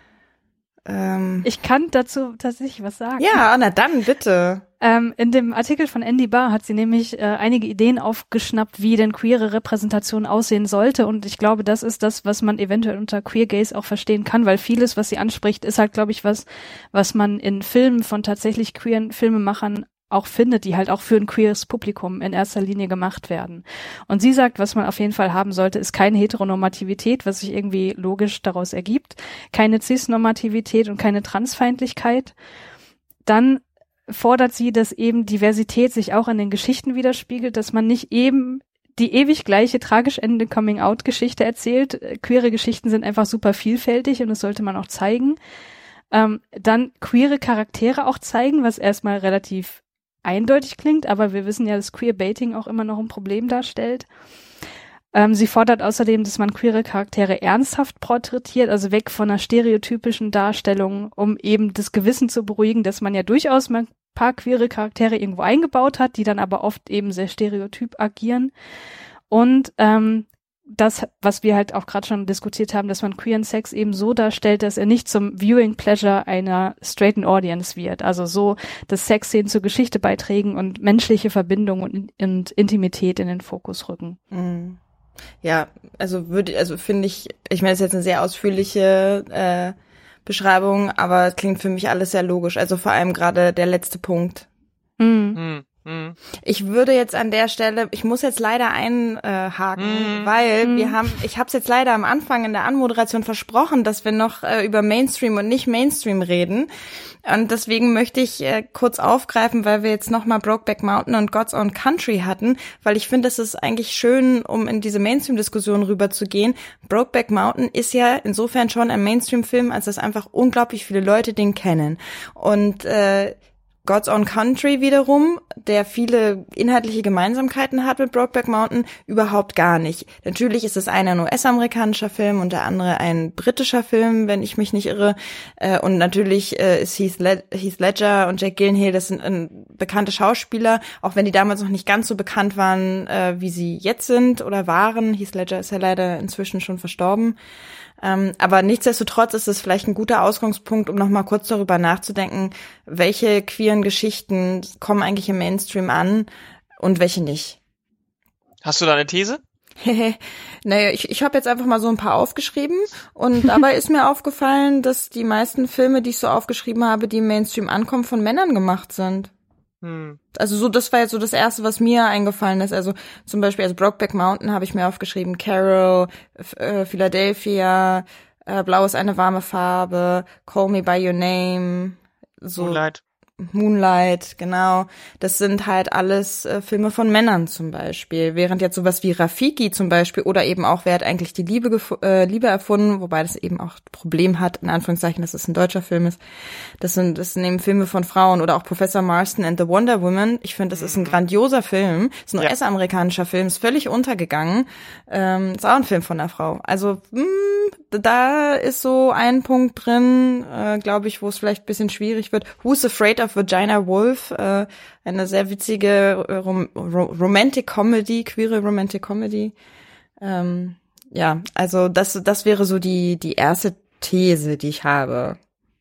ähm, ich kann dazu tatsächlich was sagen. Ja, na dann, bitte. Ähm, in dem Artikel von Andy Barr hat sie nämlich äh, einige Ideen aufgeschnappt, wie denn queere Repräsentation aussehen sollte. Und ich glaube, das ist das, was man eventuell unter Queer Gaze auch verstehen kann, weil vieles, was sie anspricht, ist halt, glaube ich, was, was man in Filmen von tatsächlich queeren Filmemachern auch findet, die halt auch für ein queeres Publikum in erster Linie gemacht werden. Und sie sagt, was man auf jeden Fall haben sollte, ist keine Heteronormativität, was sich irgendwie logisch daraus ergibt, keine Cis-Normativität und keine Transfeindlichkeit. Dann fordert sie, dass eben Diversität sich auch in den Geschichten widerspiegelt, dass man nicht eben die ewig gleiche tragisch endende Coming-out-Geschichte erzählt. Queere Geschichten sind einfach super vielfältig und das sollte man auch zeigen. Ähm, dann queere Charaktere auch zeigen, was erstmal relativ eindeutig klingt, aber wir wissen ja, dass Queerbaiting auch immer noch ein Problem darstellt. Ähm, sie fordert außerdem, dass man queere Charaktere ernsthaft porträtiert, also weg von einer stereotypischen Darstellung, um eben das Gewissen zu beruhigen, dass man ja durchaus mal ein paar queere Charaktere irgendwo eingebaut hat, die dann aber oft eben sehr stereotyp agieren. Und ähm, das, was wir halt auch gerade schon diskutiert haben, dass man queeren Sex eben so darstellt, dass er nicht zum Viewing Pleasure einer straighten Audience wird. Also so, dass Sexszenen zur Geschichte beitragen und menschliche Verbindung und, und Intimität in den Fokus rücken. Mhm. Ja, also würde, also finde ich, ich meine, das ist jetzt eine sehr ausführliche äh, Beschreibung, aber es klingt für mich alles sehr logisch. Also vor allem gerade der letzte Punkt. Mhm. Hm, hm. Ich würde jetzt an der Stelle, ich muss jetzt leider einhaken, Hm. weil Hm. wir haben, ich habe es jetzt leider am Anfang in der Anmoderation versprochen, dass wir noch äh, über Mainstream und nicht Mainstream reden. Und deswegen möchte ich äh, kurz aufgreifen, weil wir jetzt nochmal Brokeback Mountain und God's Own Country hatten, weil ich finde, es ist eigentlich schön, um in diese Mainstream-Diskussion rüberzugehen. Brokeback Mountain ist ja insofern schon ein Mainstream-Film, als dass einfach unglaublich viele Leute den kennen. Und äh, God's Own Country wiederum, der viele inhaltliche Gemeinsamkeiten hat mit Brokeback Mountain, überhaupt gar nicht. Natürlich ist das eine ein U S-amerikanischer Film und der andere ein britischer Film, wenn ich mich nicht irre. Und natürlich ist Heath, Led- Heath Ledger und Jake Gyllenhaal, das sind äh, bekannte Schauspieler, auch wenn die damals noch nicht ganz so bekannt waren, äh, wie sie jetzt sind oder waren. Heath Ledger ist ja leider inzwischen schon verstorben. Ähm, aber nichtsdestotrotz ist es vielleicht ein guter Ausgangspunkt, um nochmal kurz darüber nachzudenken, welche queeren Geschichten kommen eigentlich im Mainstream an und welche nicht. Hast du da eine These? Naja, ich, ich habe jetzt einfach mal so ein paar aufgeschrieben und dabei ist mir aufgefallen, dass die meisten Filme, die ich so aufgeschrieben habe, die im Mainstream ankommen, von Männern gemacht sind. Hm. Also so, das war jetzt so das Erste, was mir eingefallen ist. Also zum Beispiel, also Brokeback Mountain habe ich mir aufgeschrieben, Carol, äh, Philadelphia, äh, Blau ist eine warme Farbe, Call Me By Your Name, so Moonlight. Moonlight, genau. Das sind halt alles äh, Filme von Männern zum Beispiel. Während jetzt sowas wie Rafiki zum Beispiel oder eben auch Wer hat eigentlich die Liebe gef- äh, Liebe erfunden, wobei das eben auch ein Problem hat, in Anführungszeichen, dass es ein deutscher Film ist. Das sind, das sind eben Filme von Frauen oder auch Professor Marston and the Wonder Woman. Ich finde, das ist ein grandioser Film. Ist ein Ja. U S-amerikanischer Film, ist völlig untergegangen. Ähm, ist auch ein Film von einer Frau. Also, mh, da ist so ein Punkt drin, äh, glaube ich, wo es vielleicht ein bisschen schwierig wird. Who's Afraid of Virginia Woolf? Äh, eine sehr witzige äh, Rom- Ro- Romantic Comedy, queere Romantic Comedy. Ähm, ja, also das, das wäre so die, die erste These, die ich habe.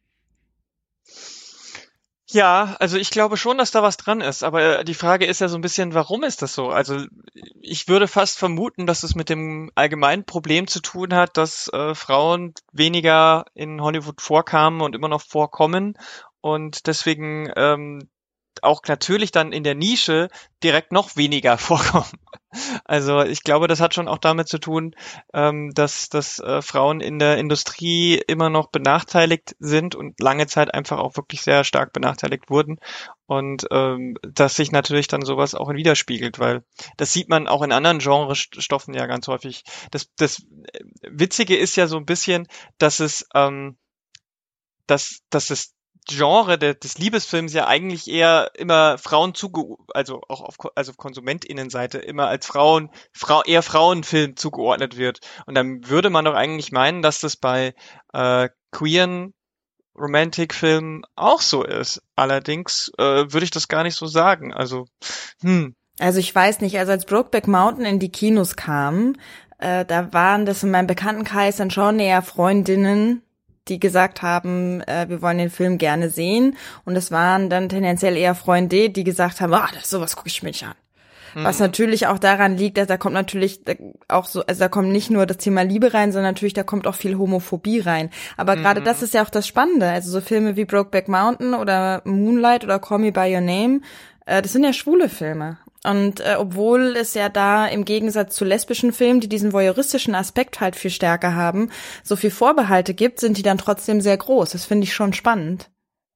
Ja, also ich glaube schon, dass da was dran ist, aber die Frage ist ja so ein bisschen, warum ist das so? Also ich würde fast vermuten, dass es mit dem allgemeinen Problem zu tun hat, dass äh, Frauen weniger in Hollywood vorkamen und immer noch vorkommen und deswegen ähm, auch natürlich dann in der Nische direkt noch weniger vorkommen. Also ich glaube, das hat schon auch damit zu tun, ähm, dass, dass äh, Frauen in der Industrie immer noch benachteiligt sind und lange Zeit einfach auch wirklich sehr stark benachteiligt wurden und ähm, dass sich natürlich dann sowas auch widerspiegelt, weil das sieht man auch in anderen Genrestoffen ja ganz häufig. Das, das Witzige ist ja so ein bisschen, dass es, ähm, dass, dass es Genre de, des Liebesfilms ja eigentlich eher immer Frauen zuge, also auch auf also KonsumentInnenseite immer als Frauen, Frau, eher Frauenfilm zugeordnet wird. Und dann würde man doch eigentlich meinen, dass das bei äh, queeren Romantic-Filmen auch so ist. Allerdings äh, würde ich das gar nicht so sagen. Also, hm. Also ich weiß nicht, also als Brokeback Mountain in die Kinos kam, äh, da waren das in meinem Bekanntenkreis dann schon eher Freundinnen, die gesagt haben, äh, wir wollen den Film gerne sehen. Und es waren dann tendenziell eher Freunde, die gesagt haben, ah, das sowas gucke ich mir nicht an. Mhm. Was natürlich auch daran liegt, dass da kommt natürlich auch so, also da kommt nicht nur das Thema Liebe rein, sondern natürlich da kommt auch viel Homophobie rein. Aber mhm. gerade das ist ja auch das Spannende. Also so Filme wie Brokeback Mountain oder Moonlight oder Call Me By Your Name, äh, das sind ja schwule Filme. Und äh, obwohl es ja da im Gegensatz zu lesbischen Filmen, die diesen voyeuristischen Aspekt halt viel stärker haben, so viel Vorbehalte gibt, sind die dann trotzdem sehr groß. Das finde ich schon spannend.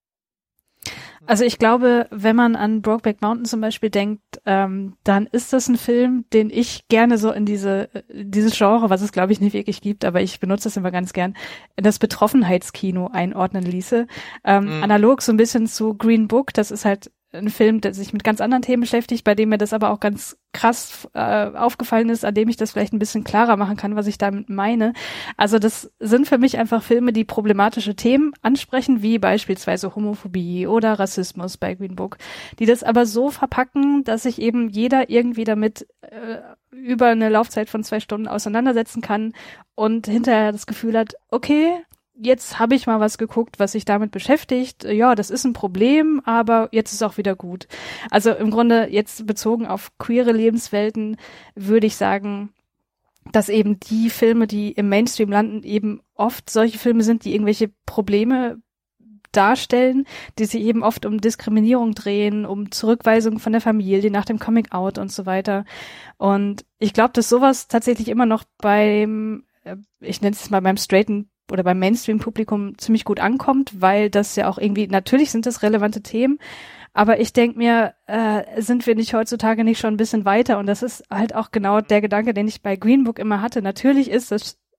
Also ich glaube, wenn man an Brokeback Mountain zum Beispiel denkt, ähm, dann ist das ein Film, den ich gerne so in diese dieses Genre, was es glaube ich nicht wirklich gibt, aber ich benutze das immer ganz gern, in das Betroffenheitskino einordnen ließe. Ähm, mhm. Analog so ein bisschen zu Green Book, das ist halt ein Film, der sich mit ganz anderen Themen beschäftigt, bei dem mir das aber auch ganz krass äh, aufgefallen ist, an dem ich das vielleicht ein bisschen klarer machen kann, was ich damit meine. Also das sind für mich einfach Filme, die problematische Themen ansprechen, wie beispielsweise Homophobie oder Rassismus bei Green Book, die das aber so verpacken, dass sich eben jeder irgendwie damit äh, über eine Laufzeit von zwei Stunden auseinandersetzen kann und hinterher das Gefühl hat, okay, jetzt habe ich mal was geguckt, was sich damit beschäftigt. Ja, das ist ein Problem, aber jetzt ist auch wieder gut. Also im Grunde jetzt bezogen auf queere Lebenswelten würde ich sagen, dass eben die Filme, die im Mainstream landen, eben oft solche Filme sind, die irgendwelche Probleme darstellen, die sich eben oft um Diskriminierung drehen, um Zurückweisung von der Familie nach dem Coming-out und so weiter. Und ich glaube, dass sowas tatsächlich immer noch beim, ich nenne es mal beim straighten oder beim Mainstream-Publikum ziemlich gut ankommt, weil das ja auch irgendwie, natürlich sind das relevante Themen, aber ich denke mir, äh, sind wir nicht heutzutage nicht schon ein bisschen weiter? Und das ist halt auch genau der Gedanke, den ich bei Green Book immer hatte. Natürlich ist das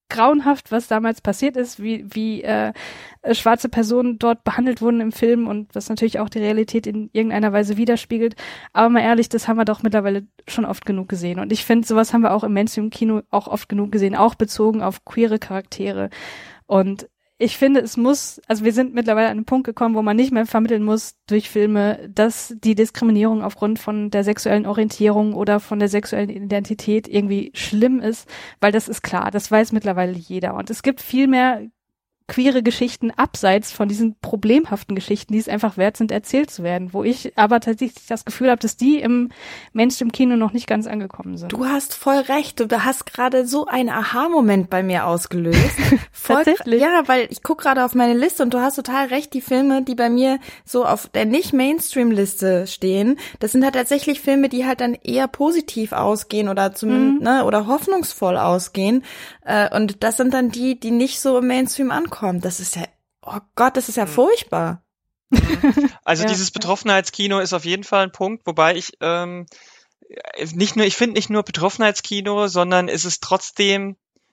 grauenhaft, was damals passiert ist, wie wie äh, schwarze Personen dort behandelt wurden im Film und was natürlich auch die Realität in irgendeiner Weise widerspiegelt. Aber mal ehrlich, das haben wir doch mittlerweile schon oft genug gesehen. Und ich finde, sowas haben wir auch im Mainstream-Kino auch oft genug gesehen, auch bezogen auf queere Charaktere. Und ich finde, es muss, also wir sind mittlerweile an einen Punkt gekommen, wo man nicht mehr vermitteln muss durch Filme, dass die Diskriminierung aufgrund von der sexuellen Orientierung oder von der sexuellen Identität irgendwie schlimm ist, weil das ist klar, das weiß mittlerweile jeder. Und es gibt viel mehr queere Geschichten abseits von diesen problemhaften Geschichten, die es einfach wert sind, erzählt zu werden, wo ich aber tatsächlich das Gefühl habe, dass die im Mainstream-Kino noch nicht ganz angekommen sind. Du hast voll recht. Du hast gerade so einen Aha-Moment bei mir ausgelöst. Voll, Tatsächlich? Ja, weil ich gucke gerade auf meine Liste und du hast total recht, die Filme, die bei mir so auf der Nicht-Mainstream-Liste stehen, das sind halt tatsächlich Filme, die halt dann eher positiv ausgehen oder zumindest, mhm. ne, oder hoffnungsvoll ausgehen. Und das sind dann die, die nicht so im Mainstream ankommen. Das ist ja, oh Gott, das ist ja furchtbar. Also ja. dieses Betroffenheitskino ist auf jeden Fall ein Punkt, wobei ich ähm, nicht nur, ich finde nicht nur Betroffenheitskino, sondern es ist trotzdem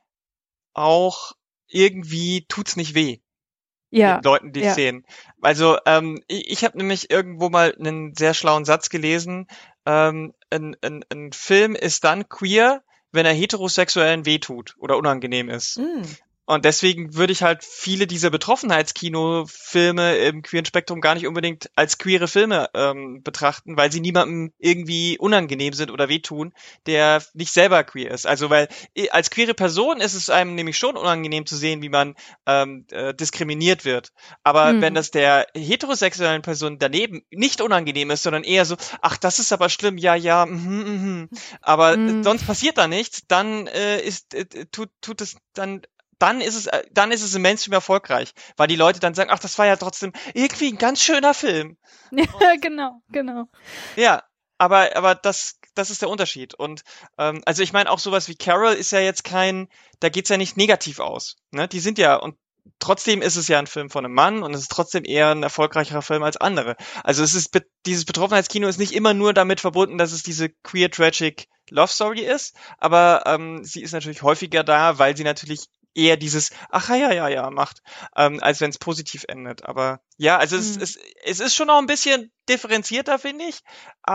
auch irgendwie tut's nicht weh. Ja. Den Leuten, die es ja. sehen. Also ähm, ich, ich habe nämlich irgendwo mal einen sehr schlauen Satz gelesen. Ähm, ein, ein, ein Film ist dann queer, wenn er Heterosexuellen wehtut oder unangenehm ist. Mm. Und deswegen würde ich halt viele dieser Betroffenheitskino-Filme im queeren Spektrum gar nicht unbedingt als queere Filme ähm, betrachten, weil sie niemandem irgendwie unangenehm sind oder wehtun, der nicht selber queer ist. Also weil als queere Person ist es einem nämlich schon unangenehm zu sehen, wie man ähm, äh, diskriminiert wird. Aber Mhm. wenn das der heterosexuellen Person daneben nicht unangenehm ist, sondern eher so, ach, das ist aber schlimm, ja, ja, mhm, mhm. aber Mhm. sonst passiert da nichts, dann äh, ist äh, tut tut es dann dann ist es, dann ist es im Mainstream erfolgreich, weil die Leute dann sagen, ach, das war ja trotzdem irgendwie ein ganz schöner Film. Ja, genau, genau. Ja, aber, aber das, das ist der Unterschied. Und, ähm, also ich meine auch sowas wie Carol ist ja jetzt kein, da geht's ja nicht negativ aus, ne? Die sind ja, und trotzdem ist es ja ein Film von einem Mann und es ist trotzdem eher ein erfolgreicherer Film als andere. Also es ist, dieses Betroffenheitskino ist nicht immer nur damit verbunden, dass es diese queer tragic Love Story ist, aber ähm, sie ist natürlich häufiger da, weil sie natürlich eher dieses ach ja, ja, ja macht, ähm, als wenn es positiv endet. Aber ja, also es, Mhm. es, es ist schon noch ein bisschen differenzierter, finde ich.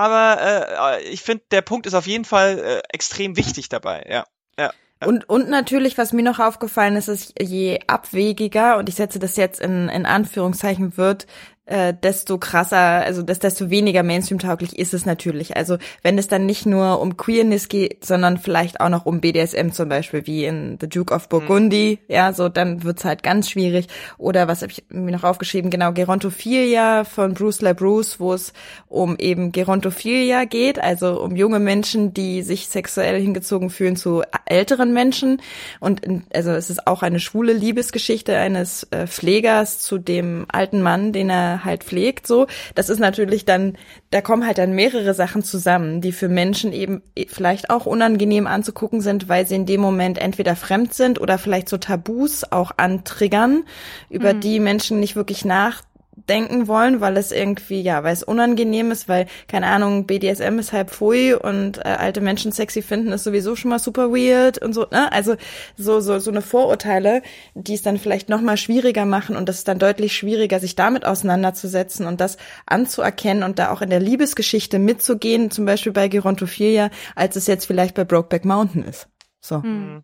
Aber äh, ich finde, der Punkt ist auf jeden Fall äh, extrem wichtig dabei, ja. ja. Und, und natürlich, was mir noch aufgefallen ist, ist, je abwegiger, und ich setze das jetzt in, in Anführungszeichen wird, äh, desto krasser, also dass desto weniger Mainstream-tauglich ist es natürlich. Also wenn es dann nicht nur um Queerness geht, sondern vielleicht auch noch um B D S M zum Beispiel, wie in The Duke of Burgundy, mhm. ja, so dann wird's halt ganz schwierig. Oder was habe ich mir noch aufgeschrieben? Genau, Gerontophilia von Bruce LaBruce, wo es um eben Gerontophilia geht, also um junge Menschen, die sich sexuell hingezogen fühlen zu älteren Menschen. Und in, also es ist auch eine schwule Liebesgeschichte eines äh, Pflegers zu dem alten Mann, den er halt pflegt, so. Das ist natürlich dann, da kommen halt dann mehrere Sachen zusammen, die für Menschen eben vielleicht auch unangenehm anzugucken sind, weil sie in dem Moment entweder fremd sind oder vielleicht so Tabus auch antriggern, über mhm. die Menschen nicht wirklich nachdenken wollen, weil es irgendwie, ja, weil es unangenehm ist, weil, keine Ahnung, B D S M ist halb pfui und äh, alte Menschen sexy finden ist sowieso schon mal super weird und so, ne? Also so so so eine Vorurteile, die es dann vielleicht noch mal schwieriger machen und das ist dann deutlich schwieriger, sich damit auseinanderzusetzen und das anzuerkennen und da auch in der Liebesgeschichte mitzugehen, zum Beispiel bei Gerontophilia, als es jetzt vielleicht bei Brokeback Mountain ist. So. Mhm.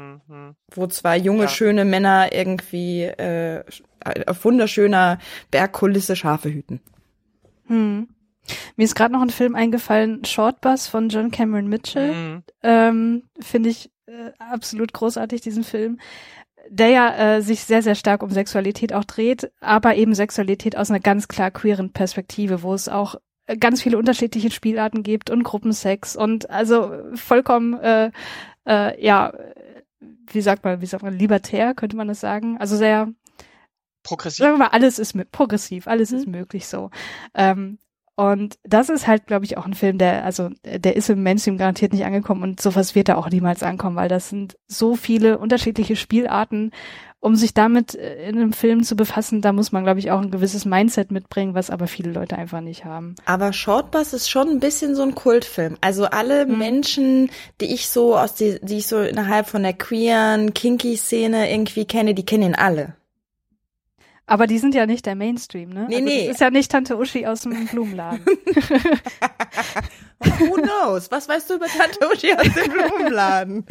Wo zwei junge, ja. schöne Männer irgendwie äh, auf wunderschöner Bergkulisse Schafe hüten. Hm. Mir ist gerade noch ein Film eingefallen, Short Bus von John Cameron Mitchell. Mhm. Ähm, finde ich äh, absolut großartig, diesen Film. Der ja äh, sich sehr, sehr stark um Sexualität auch dreht, aber eben Sexualität aus einer ganz klar queeren Perspektive, wo es auch ganz viele unterschiedliche Spielarten gibt und Gruppensex und also vollkommen, äh, äh, ja, wie sagt man, wie sagt man, libertär, könnte man das sagen. Also sehr progressiv. Sagen wir mal, alles ist progressiv, alles mhm. ist möglich so. Ähm, und das ist halt, glaube ich, auch ein Film, der, also der ist im Mainstream garantiert nicht angekommen und sowas wird da auch niemals ankommen, weil das sind so viele unterschiedliche Spielarten um sich damit in einem Film zu befassen, da muss man, glaube ich, auch ein gewisses Mindset mitbringen, was aber viele Leute einfach nicht haben. Aber Shortbus ist schon ein bisschen so ein Kultfilm. Also alle mhm. Menschen, die ich so aus die, die ich so innerhalb von der queeren, kinky Szene irgendwie kenne, die kennen ihn alle. Aber die sind ja nicht der Mainstream, ne? Nee, also nee. Das ist ja nicht Tante Uschi aus dem Blumenladen. Who knows? Was weißt du über Tante Uschi aus dem Blumenladen?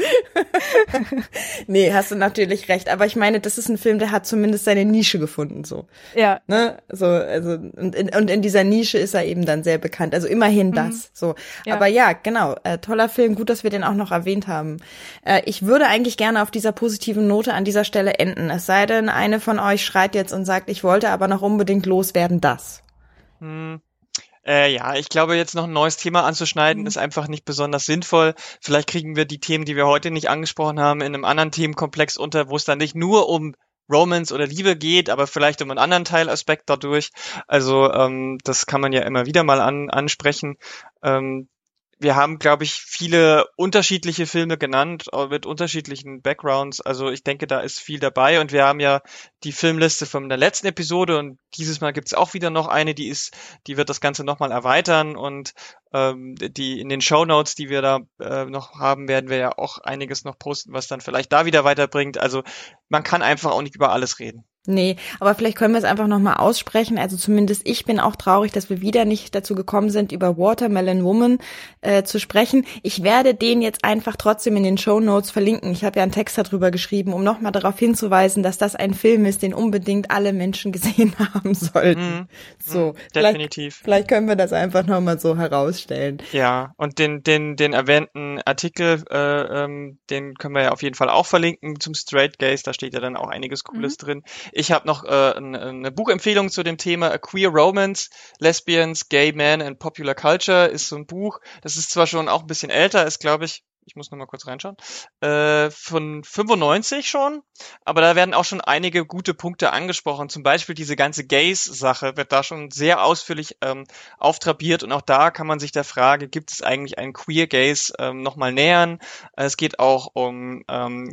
Nee, hast du natürlich recht. Aber ich meine, das ist ein Film, der hat zumindest seine Nische gefunden, so. Ja. Ne? So, also, und in, und in dieser Nische ist er eben dann sehr bekannt. Also immerhin das, mhm. so. Ja. Aber ja, genau. Äh, toller Film. Gut, dass wir den auch noch erwähnt haben. Äh, ich würde eigentlich gerne auf dieser positiven Note an dieser Stelle enden. Es sei denn, eine von euch schreit jetzt und sagt, ich wollte aber noch unbedingt loswerden, das. Hm. Äh, ja, ich glaube, jetzt noch ein neues Thema anzuschneiden, mhm. ist einfach nicht besonders sinnvoll. Vielleicht kriegen wir die Themen, die wir heute nicht angesprochen haben, in einem anderen Themenkomplex unter, wo es dann nicht nur um Romance oder Liebe geht, aber vielleicht um einen anderen Teilaspekt dadurch. Also ähm, das kann man ja immer wieder mal an, ansprechen. Ähm, Wir haben, glaube ich, viele unterschiedliche Filme genannt, mit unterschiedlichen Backgrounds. Also ich denke, da ist viel dabei. Und wir haben ja die Filmliste von der letzten Episode und dieses Mal gibt es auch wieder noch eine, die ist, die wird das Ganze nochmal erweitern. Und ähm, die in den Shownotes, die wir da äh, noch haben, werden wir ja auch einiges noch posten, was dann vielleicht da wieder weiterbringt. Also man kann einfach auch nicht über alles reden. Nee, aber vielleicht können wir es einfach nochmal aussprechen. Also zumindest ich bin auch traurig, dass wir wieder nicht dazu gekommen sind, über Watermelon Woman äh, zu sprechen. Ich werde den jetzt einfach trotzdem in den Shownotes verlinken. Ich habe ja einen Text darüber geschrieben, um nochmal darauf hinzuweisen, dass das ein Film ist, den unbedingt alle Menschen gesehen haben sollten. Mm, so, mm, definitiv. Vielleicht, vielleicht können wir das einfach nochmal so herausstellen. Ja, und den den den erwähnten Artikel, äh, ähm, den können wir ja auf jeden Fall auch verlinken zum Straight Gaze. Da steht ja dann auch einiges Cooles mhm. drin. Ich habe noch äh, eine, eine Buchempfehlung zu dem Thema A Queer Romance, Lesbians, Gay Men and Popular Culture ist so ein Buch. Das ist zwar schon auch ein bisschen älter, ist glaube ich, ich muss noch mal kurz reinschauen, äh, von fünfundneunzig schon, aber da werden auch schon einige gute Punkte angesprochen. Zum Beispiel diese ganze Gays-Sache wird da schon sehr ausführlich ähm, auftrapiert und auch da kann man sich der Frage, gibt es eigentlich einen Queer Gays ähm, nochmal nähern. Es geht auch um ähm,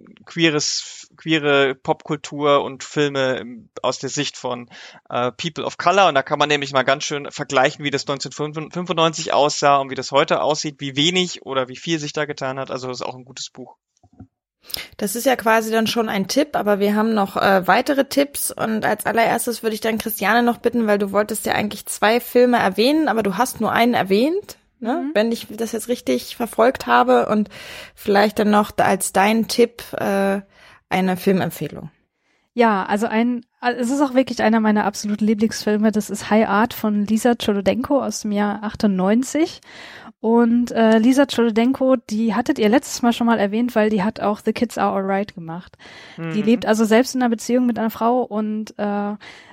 queeres, queere Popkultur und Filme aus der Sicht von äh, People of Color und da kann man nämlich mal ganz schön vergleichen, wie das neunzehnhundertfünfundneunzig aussah und wie das heute aussieht, wie wenig oder wie viel sich da getan hat. Also das ist auch ein gutes Buch. Das ist ja quasi dann schon ein Tipp, aber wir haben noch äh, weitere Tipps und als allererstes würde ich dann Christiane noch bitten, weil du wolltest ja eigentlich zwei Filme erwähnen, aber du hast nur einen erwähnt, ne? Mhm. Wenn ich das jetzt richtig verfolgt habe und vielleicht dann noch als dein Tipp äh, eine Filmempfehlung. Ja, also ein, es ist auch wirklich einer meiner absoluten Lieblingsfilme. Das ist High Art von Lisa Cholodenko aus dem Jahr achtundneunzig. Und äh, Lisa Cholodenko, die hattet ihr letztes Mal schon mal erwähnt, weil die hat auch The Kids Are Alright gemacht. Mhm. Die lebt also selbst in einer Beziehung mit einer Frau und äh,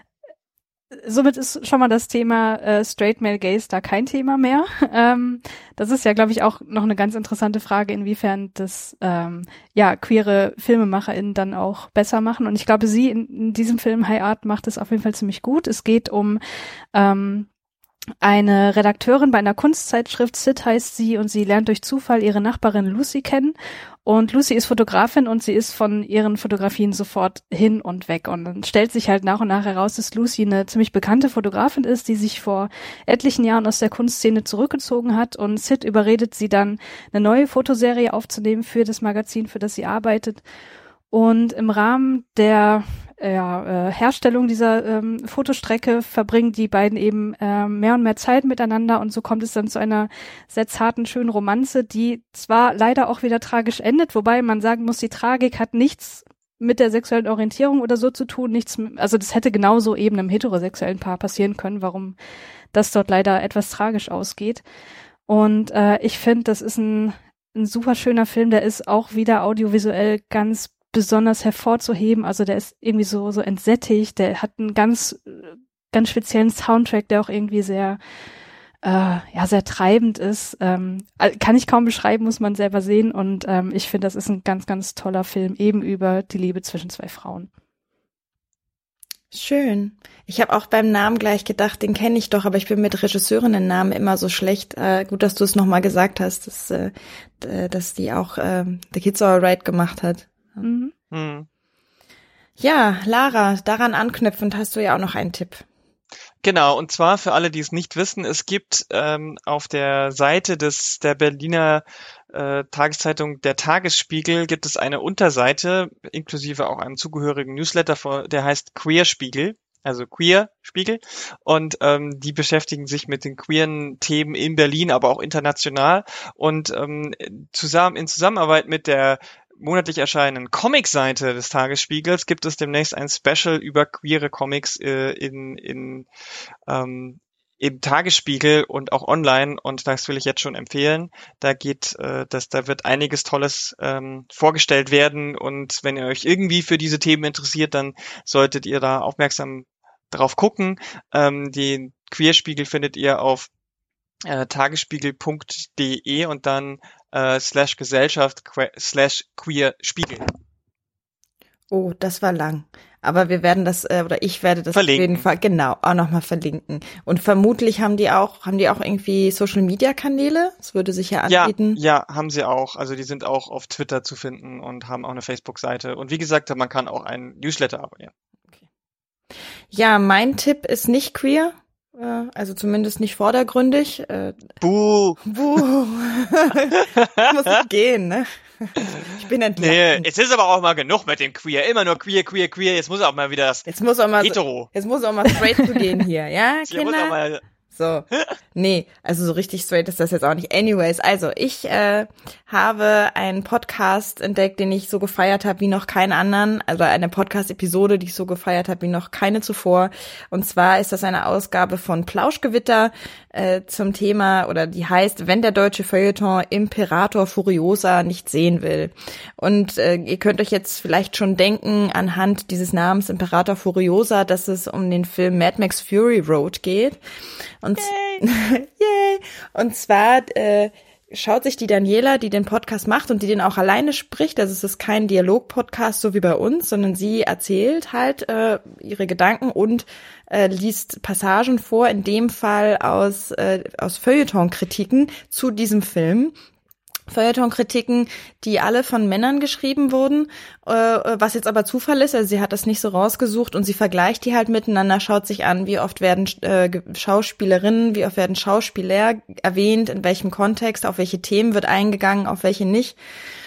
somit ist schon mal das Thema äh, Straight Male Gays da kein Thema mehr. Ähm, das ist ja, glaube ich, auch noch eine ganz interessante Frage, inwiefern das ähm, ja queere FilmemacherInnen dann auch besser machen. Und ich glaube, sie in, in diesem Film High Art macht es auf jeden Fall ziemlich gut. Es geht um ähm, eine Redakteurin bei einer Kunstzeitschrift, Sid heißt sie, und sie lernt durch Zufall ihre Nachbarin Lucy kennen. Und Lucy ist Fotografin und sie ist von ihren Fotografien sofort hin und weg. Und dann stellt sich halt nach und nach heraus, dass Lucy eine ziemlich bekannte Fotografin ist, die sich vor etlichen Jahren aus der Kunstszene zurückgezogen hat. Und Sid überredet sie dann, eine neue Fotoserie aufzunehmen für das Magazin, für das sie arbeitet. Und im Rahmen der ja, äh, Herstellung dieser ähm, Fotostrecke verbringen die beiden eben äh, mehr und mehr Zeit miteinander und so kommt es dann zu einer sehr zarten, schönen Romanze, die zwar leider auch wieder tragisch endet, wobei man sagen muss, die Tragik hat nichts mit der sexuellen Orientierung oder so zu tun, nichts, also das hätte genauso eben einem heterosexuellen Paar passieren können, warum das dort leider etwas tragisch ausgeht. Und äh, ich finde, das ist ein, ein super schöner Film, der ist auch wieder audiovisuell ganz besonders hervorzuheben, also der ist irgendwie so so entsättigt, der hat einen ganz ganz speziellen Soundtrack, der auch irgendwie sehr äh, ja sehr treibend ist, ähm, kann ich kaum beschreiben, muss man selber sehen und ähm, ich finde, das ist ein ganz ganz toller Film eben über die Liebe zwischen zwei Frauen. Schön. Ich habe auch beim Namen gleich gedacht, den kenne ich doch, aber ich bin mit Regisseurinnen-Namen immer so schlecht. Äh, gut, dass du es nochmal gesagt hast, dass, äh, dass die auch äh, The Kids Are Alright gemacht hat. Mhm. Mhm. Ja, Lara, daran anknüpfend hast du ja auch noch einen Tipp. Genau, und zwar für alle, die es nicht wissen, es gibt ähm, auf der Seite des der Berliner äh, Tageszeitung Der Tagesspiegel gibt es eine Unterseite, inklusive auch einem zugehörigen Newsletter, vor, der heißt Queerspiegel, also Queerspiegel, und ähm, die beschäftigen sich mit den queeren Themen in Berlin, aber auch international, und ähm, zusammen in Zusammenarbeit mit der monatlich erscheinenden Comic-Seite des Tagesspiegels gibt es demnächst ein Special über queere Comics äh, in, in ähm, im Tagesspiegel und auch online, und das will ich jetzt schon empfehlen. Da geht, äh, das, da wird einiges Tolles ähm, vorgestellt werden, und wenn ihr euch irgendwie für diese Themen interessiert, dann solltet ihr da aufmerksam drauf gucken. Ähm, den Queerspiegel findet ihr auf äh, tagesspiegel punkt de und dann äh, slash Gesellschaft que- slash Queerspiegel. Oh, das war lang. Aber wir werden das, äh, oder ich werde das verlinken. Auf jeden Fall, genau, auch nochmal verlinken. Und vermutlich haben die auch, haben die auch irgendwie Social-Media-Kanäle? Das würde sich ja anbieten. Ja, ja, haben sie auch. Also die sind auch auf Twitter zu finden und haben auch eine Facebook-Seite. Und wie gesagt, man kann auch einen Newsletter abonnieren. Okay. Ja, mein Tipp ist nicht queer. Also zumindest nicht vordergründig. Buh. Buh. Muss ich gehen, ne? Ich bin entlassen. Nee, es ist aber auch mal genug mit dem Queer. Immer nur Queer, Queer, Queer. Jetzt muss auch mal wieder das jetzt muss auch mal Hetero. So, jetzt muss auch mal straight zu gehen hier, ja, Kinder? Muss auch mal so, nee, also so richtig straight ist das jetzt auch nicht. Anyways, also ich äh, habe einen Podcast entdeckt, den ich so gefeiert habe wie noch keinen anderen. Also eine Podcast-Episode, die ich so gefeiert habe wie noch keine zuvor. Und zwar ist das eine Ausgabe von Plauschgewitter äh, zum Thema, oder die heißt, wenn der deutsche Feuilleton Imperator Furiosa nicht sehen will. Und äh, ihr könnt euch jetzt vielleicht schon denken, anhand dieses Namens Imperator Furiosa, dass es um den Film Mad Max Fury Road geht. Und, Yay. Yay. Und zwar äh, schaut sich die Daniela, die den Podcast macht und die den auch alleine spricht, also es ist kein Dialog-Podcast so wie bei uns, sondern sie erzählt halt äh, ihre Gedanken und äh, liest Passagen vor, in dem Fall aus, äh, aus Feuilleton-Kritiken zu diesem Film. Feuilleton-Kritiken, die alle von Männern geschrieben wurden, äh, was jetzt aber Zufall ist, also sie hat das nicht so rausgesucht, und sie vergleicht die halt miteinander, schaut sich an, wie oft werden äh, Schauspielerinnen, wie oft werden Schauspieler erwähnt, in welchem Kontext, auf welche Themen wird eingegangen, auf welche nicht.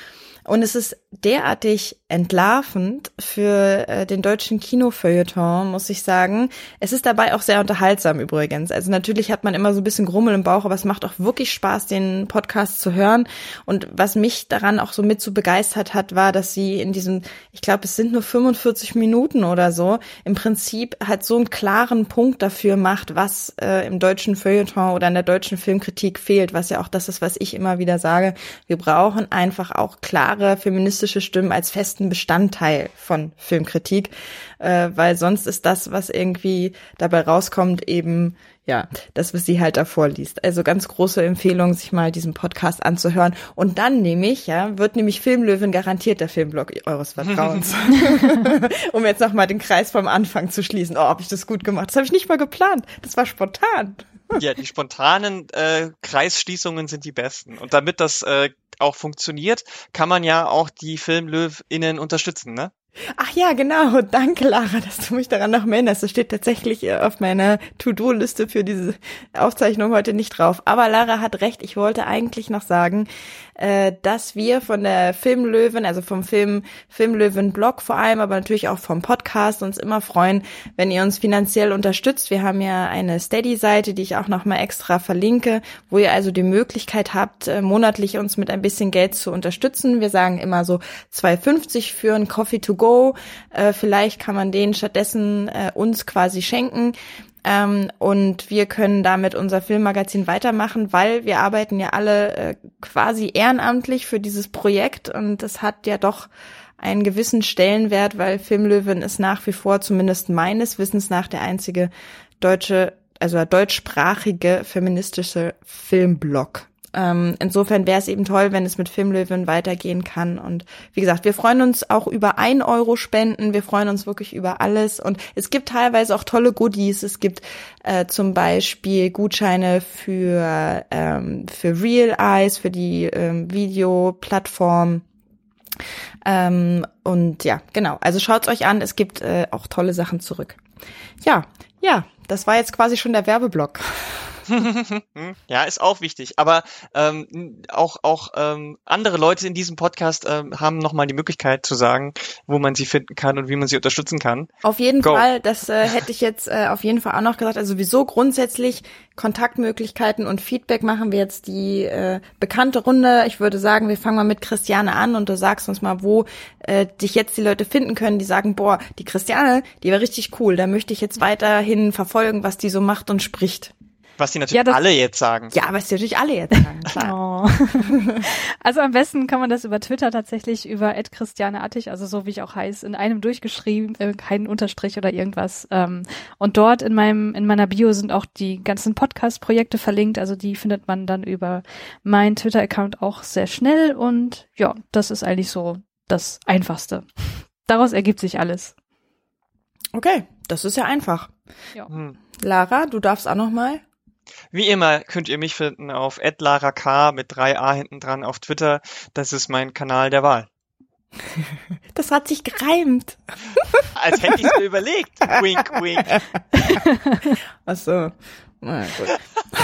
Und es ist derartig entlarvend für äh, den deutschen Kinofeuilleton, muss ich sagen. Es ist dabei auch sehr unterhaltsam übrigens. Also natürlich hat man immer so ein bisschen Grummel im Bauch, aber es macht auch wirklich Spaß, den Podcast zu hören. Und was mich daran auch so mit so begeistert hat, war, dass sie in diesem, ich glaube, es sind nur fünfundvierzig Minuten oder so, im Prinzip halt so einen klaren Punkt dafür macht, was äh, im deutschen Feuilleton oder in der deutschen Filmkritik fehlt, was ja auch das ist, was ich immer wieder sage. Wir brauchen einfach auch klare feministische Stimmen als festen Bestandteil von Filmkritik, äh, weil sonst ist das, was irgendwie dabei rauskommt, eben, ja, das, was sie halt davor liest. Also ganz große Empfehlung, sich mal diesen Podcast anzuhören. Und dann nämlich, ja, wird nämlich Filmlöwen garantiert der Filmblog eures Vertrauens. Um jetzt nochmal den Kreis vom Anfang zu schließen. Oh, habe ich das gut gemacht. Das habe ich nicht mal geplant. Das war spontan. Ja, die spontanen äh, Kreisschließungen sind die besten. Und damit das äh, auch funktioniert, kann man ja auch die FilmlöwInnen unterstützen, ne? Ach ja, genau. Danke, Lara, dass du mich daran noch erinnerst. Das steht tatsächlich auf meiner To-Do-Liste für diese Aufzeichnung heute nicht drauf. Aber Lara hat recht. Ich wollte eigentlich noch sagen, äh, dass wir von der Filmlöwen, also vom Film Filmlöwen-Blog vor allem, aber natürlich auch vom Podcast uns immer freuen, wenn ihr uns finanziell unterstützt. Wir haben ja eine Steady-Seite, die ich auch nochmal extra verlinke, wo ihr also die Möglichkeit habt, äh, monatlich uns mit ein bisschen Geld zu unterstützen. Wir sagen immer so zwei fünfzig für ein Coffee to go. Äh, vielleicht kann man den stattdessen äh, uns quasi schenken. Ähm, und wir können damit unser Filmmagazin weitermachen, weil wir arbeiten ja alle äh, quasi ehrenamtlich für dieses Projekt, und das hat ja doch einen gewissen Stellenwert, weil Filmlöwen ist nach wie vor, zumindest meines Wissens nach, der einzige deutsche, also deutschsprachige feministische Filmblog. Ähm, insofern wäre es eben toll, wenn es mit Filmlöwen weitergehen kann. Und wie gesagt, wir freuen uns auch über ein Euro Spenden. Wir freuen uns wirklich über alles. Und es gibt teilweise auch tolle Goodies. Es gibt äh, zum Beispiel Gutscheine für ähm, für Real Eyes, für die ähm, Videoplattform. Ähm, und ja, genau. Also schaut's euch an. Es gibt äh, auch tolle Sachen zurück. Ja, ja, das war jetzt quasi schon der Werbeblock. Ja, ist auch wichtig. Aber ähm, auch auch ähm, andere Leute in diesem Podcast ähm, haben nochmal die Möglichkeit zu sagen, wo man sie finden kann und wie man sie unterstützen kann. Auf jeden Go. Fall, das äh, hätte ich jetzt äh, auf jeden Fall auch noch gesagt. Also sowieso grundsätzlich Kontaktmöglichkeiten und Feedback machen wir jetzt die äh, bekannte Runde. Ich würde sagen, wir fangen mal mit Christiane an und du sagst uns mal, wo äh, dich jetzt die Leute finden können, die sagen, boah, die Christiane, die war richtig cool. Da möchte ich jetzt weiterhin verfolgen, was die so macht und spricht. Was die natürlich Ja, das- alle jetzt sagen. Ja, was die natürlich alle jetzt sagen. Klar. Oh. Also am besten kann man das über Twitter tatsächlich über at Christiane Attich, also so wie ich auch heiße, in einem durchgeschrieben, äh, keinen Unterstrich oder irgendwas. Ähm, und dort in meinem in meiner Bio sind auch die ganzen Podcast-Projekte verlinkt, also die findet man dann über meinen Twitter-Account auch sehr schnell und ja, das ist eigentlich so das Einfachste. Daraus ergibt sich alles. Okay, das ist ja einfach. Ja. Hm. Lara, du darfst auch noch mal. Wie immer könnt ihr mich finden auf at larak mit drei a hinten dran auf Twitter. Das ist mein Kanal der Wahl. Das hat sich gereimt. Als hätte ich es mir überlegt. Wink, wink. Ach so. Na gut.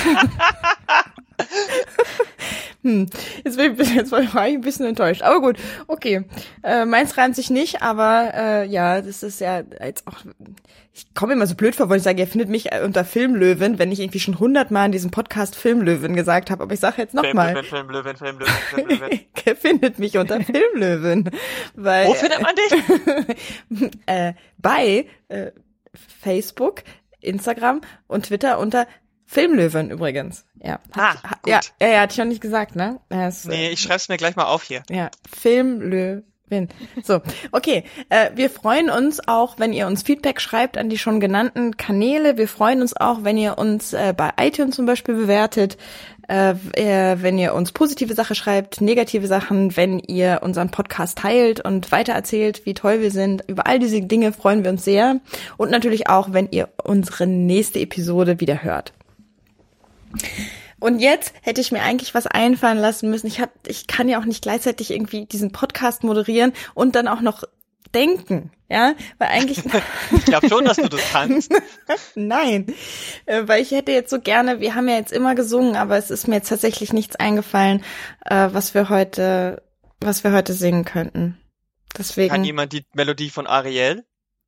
hm. Jetzt, bin ich, jetzt war ich ein bisschen enttäuscht. Aber gut, okay. Äh, meins reimt sich nicht, aber äh, ja, das ist ja jetzt auch... Ich komme immer so blöd vor, weil ich sage, ihr findet mich unter Filmlöwen, wenn ich irgendwie schon hundertmal in diesem Podcast Filmlöwen gesagt habe. Aber ich sage jetzt nochmal. Filmlöwen, Filmlöwen, Filmlöwen. Ihr findet mich unter Filmlöwen. Weil, Wo findet man dich? äh, bei äh, Facebook, Instagram und Twitter unter Filmlöwen übrigens. Ja, Ah, ha, gut. ja, ja, ja, hatte ich noch nicht gesagt, ne? Das, Nee, ich schreib's mir gleich mal auf hier. ja, Filmlöwen. So, okay. Äh, wir freuen uns auch, wenn ihr uns Feedback schreibt an die schon genannten Kanäle. Wir freuen uns auch, wenn ihr uns äh, bei iTunes zum Beispiel bewertet, äh, äh, wenn ihr uns positive Sachen schreibt, negative Sachen, wenn ihr unseren Podcast teilt und weitererzählt, wie toll wir sind. Über all diese Dinge freuen wir uns sehr. Und natürlich auch, wenn ihr unsere nächste Episode wieder hört. Und jetzt hätte ich mir eigentlich was einfallen lassen müssen. Ich hab, ich kann ja auch nicht gleichzeitig irgendwie diesen Podcast moderieren und dann auch noch denken, ja, weil eigentlich Ich glaube schon, dass du das kannst. nein, äh, weil ich hätte jetzt so gerne, wir haben ja jetzt immer gesungen, aber es ist mir jetzt tatsächlich nichts eingefallen, äh, was wir heute, was wir heute singen könnten. Deswegen. Kann jemand die Melodie von Ariel?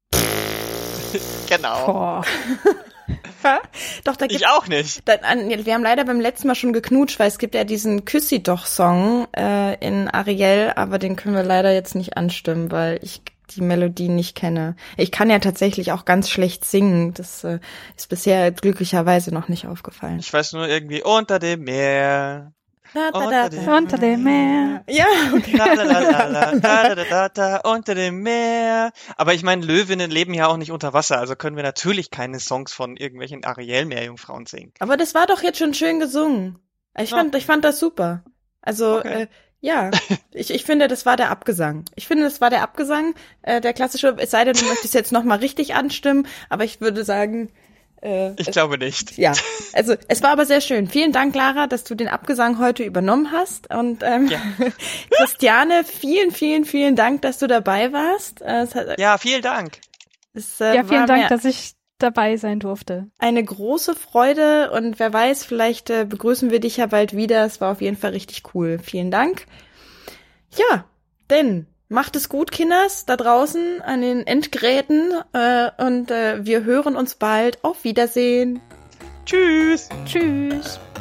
Genau. Boah. Doch, da gibt's, Ich auch nicht. da, an, wir haben leider beim letzten Mal schon geknutscht, weil es gibt ja diesen Küssi doch Song äh, in Ariel, aber den können wir leider jetzt nicht anstimmen, weil ich die Melodie nicht kenne. Ich kann ja tatsächlich auch ganz schlecht singen. Das äh, ist bisher glücklicherweise noch nicht aufgefallen. Ich weiß nur irgendwie unter dem Meer. Da, da, Unter da, dem- da. Unter dem Meer. Ja, okay. La, la, la, la, la, da, da, da, da, unter dem Meer. Aber ich meine, Löwinnen leben ja auch nicht unter Wasser, also können wir natürlich keine Songs von irgendwelchen Ariel-Meerjungfrauen singen. Aber das war doch jetzt schon schön gesungen. Ich fand, ich fand das super. Also, Okay. äh, ja, ich, ich finde, das war der Abgesang. Ich finde, das war der Abgesang, äh, der klassische, es sei denn, du möchtest jetzt nochmal richtig anstimmen, aber ich würde sagen, äh, Ich es, glaube nicht. ja, also es war aber sehr schön. Vielen Dank, Lara, dass du den Abgesang heute übernommen hast. Und ähm, Ja. Christiane, vielen, vielen, vielen Dank, dass du dabei warst. Äh, es hat, Ja, vielen Dank. es, äh, Ja, vielen war Dank, mir dass ich dabei sein durfte. eine große Freude und wer weiß, vielleicht äh, begrüßen wir dich ja bald wieder. Es war auf jeden Fall richtig cool. Vielen Dank. Ja, denn macht es gut, Kinders, da draußen an den Endgeräten äh, und äh, wir hören uns bald. Auf Wiedersehen. Tschüss. Tschüss.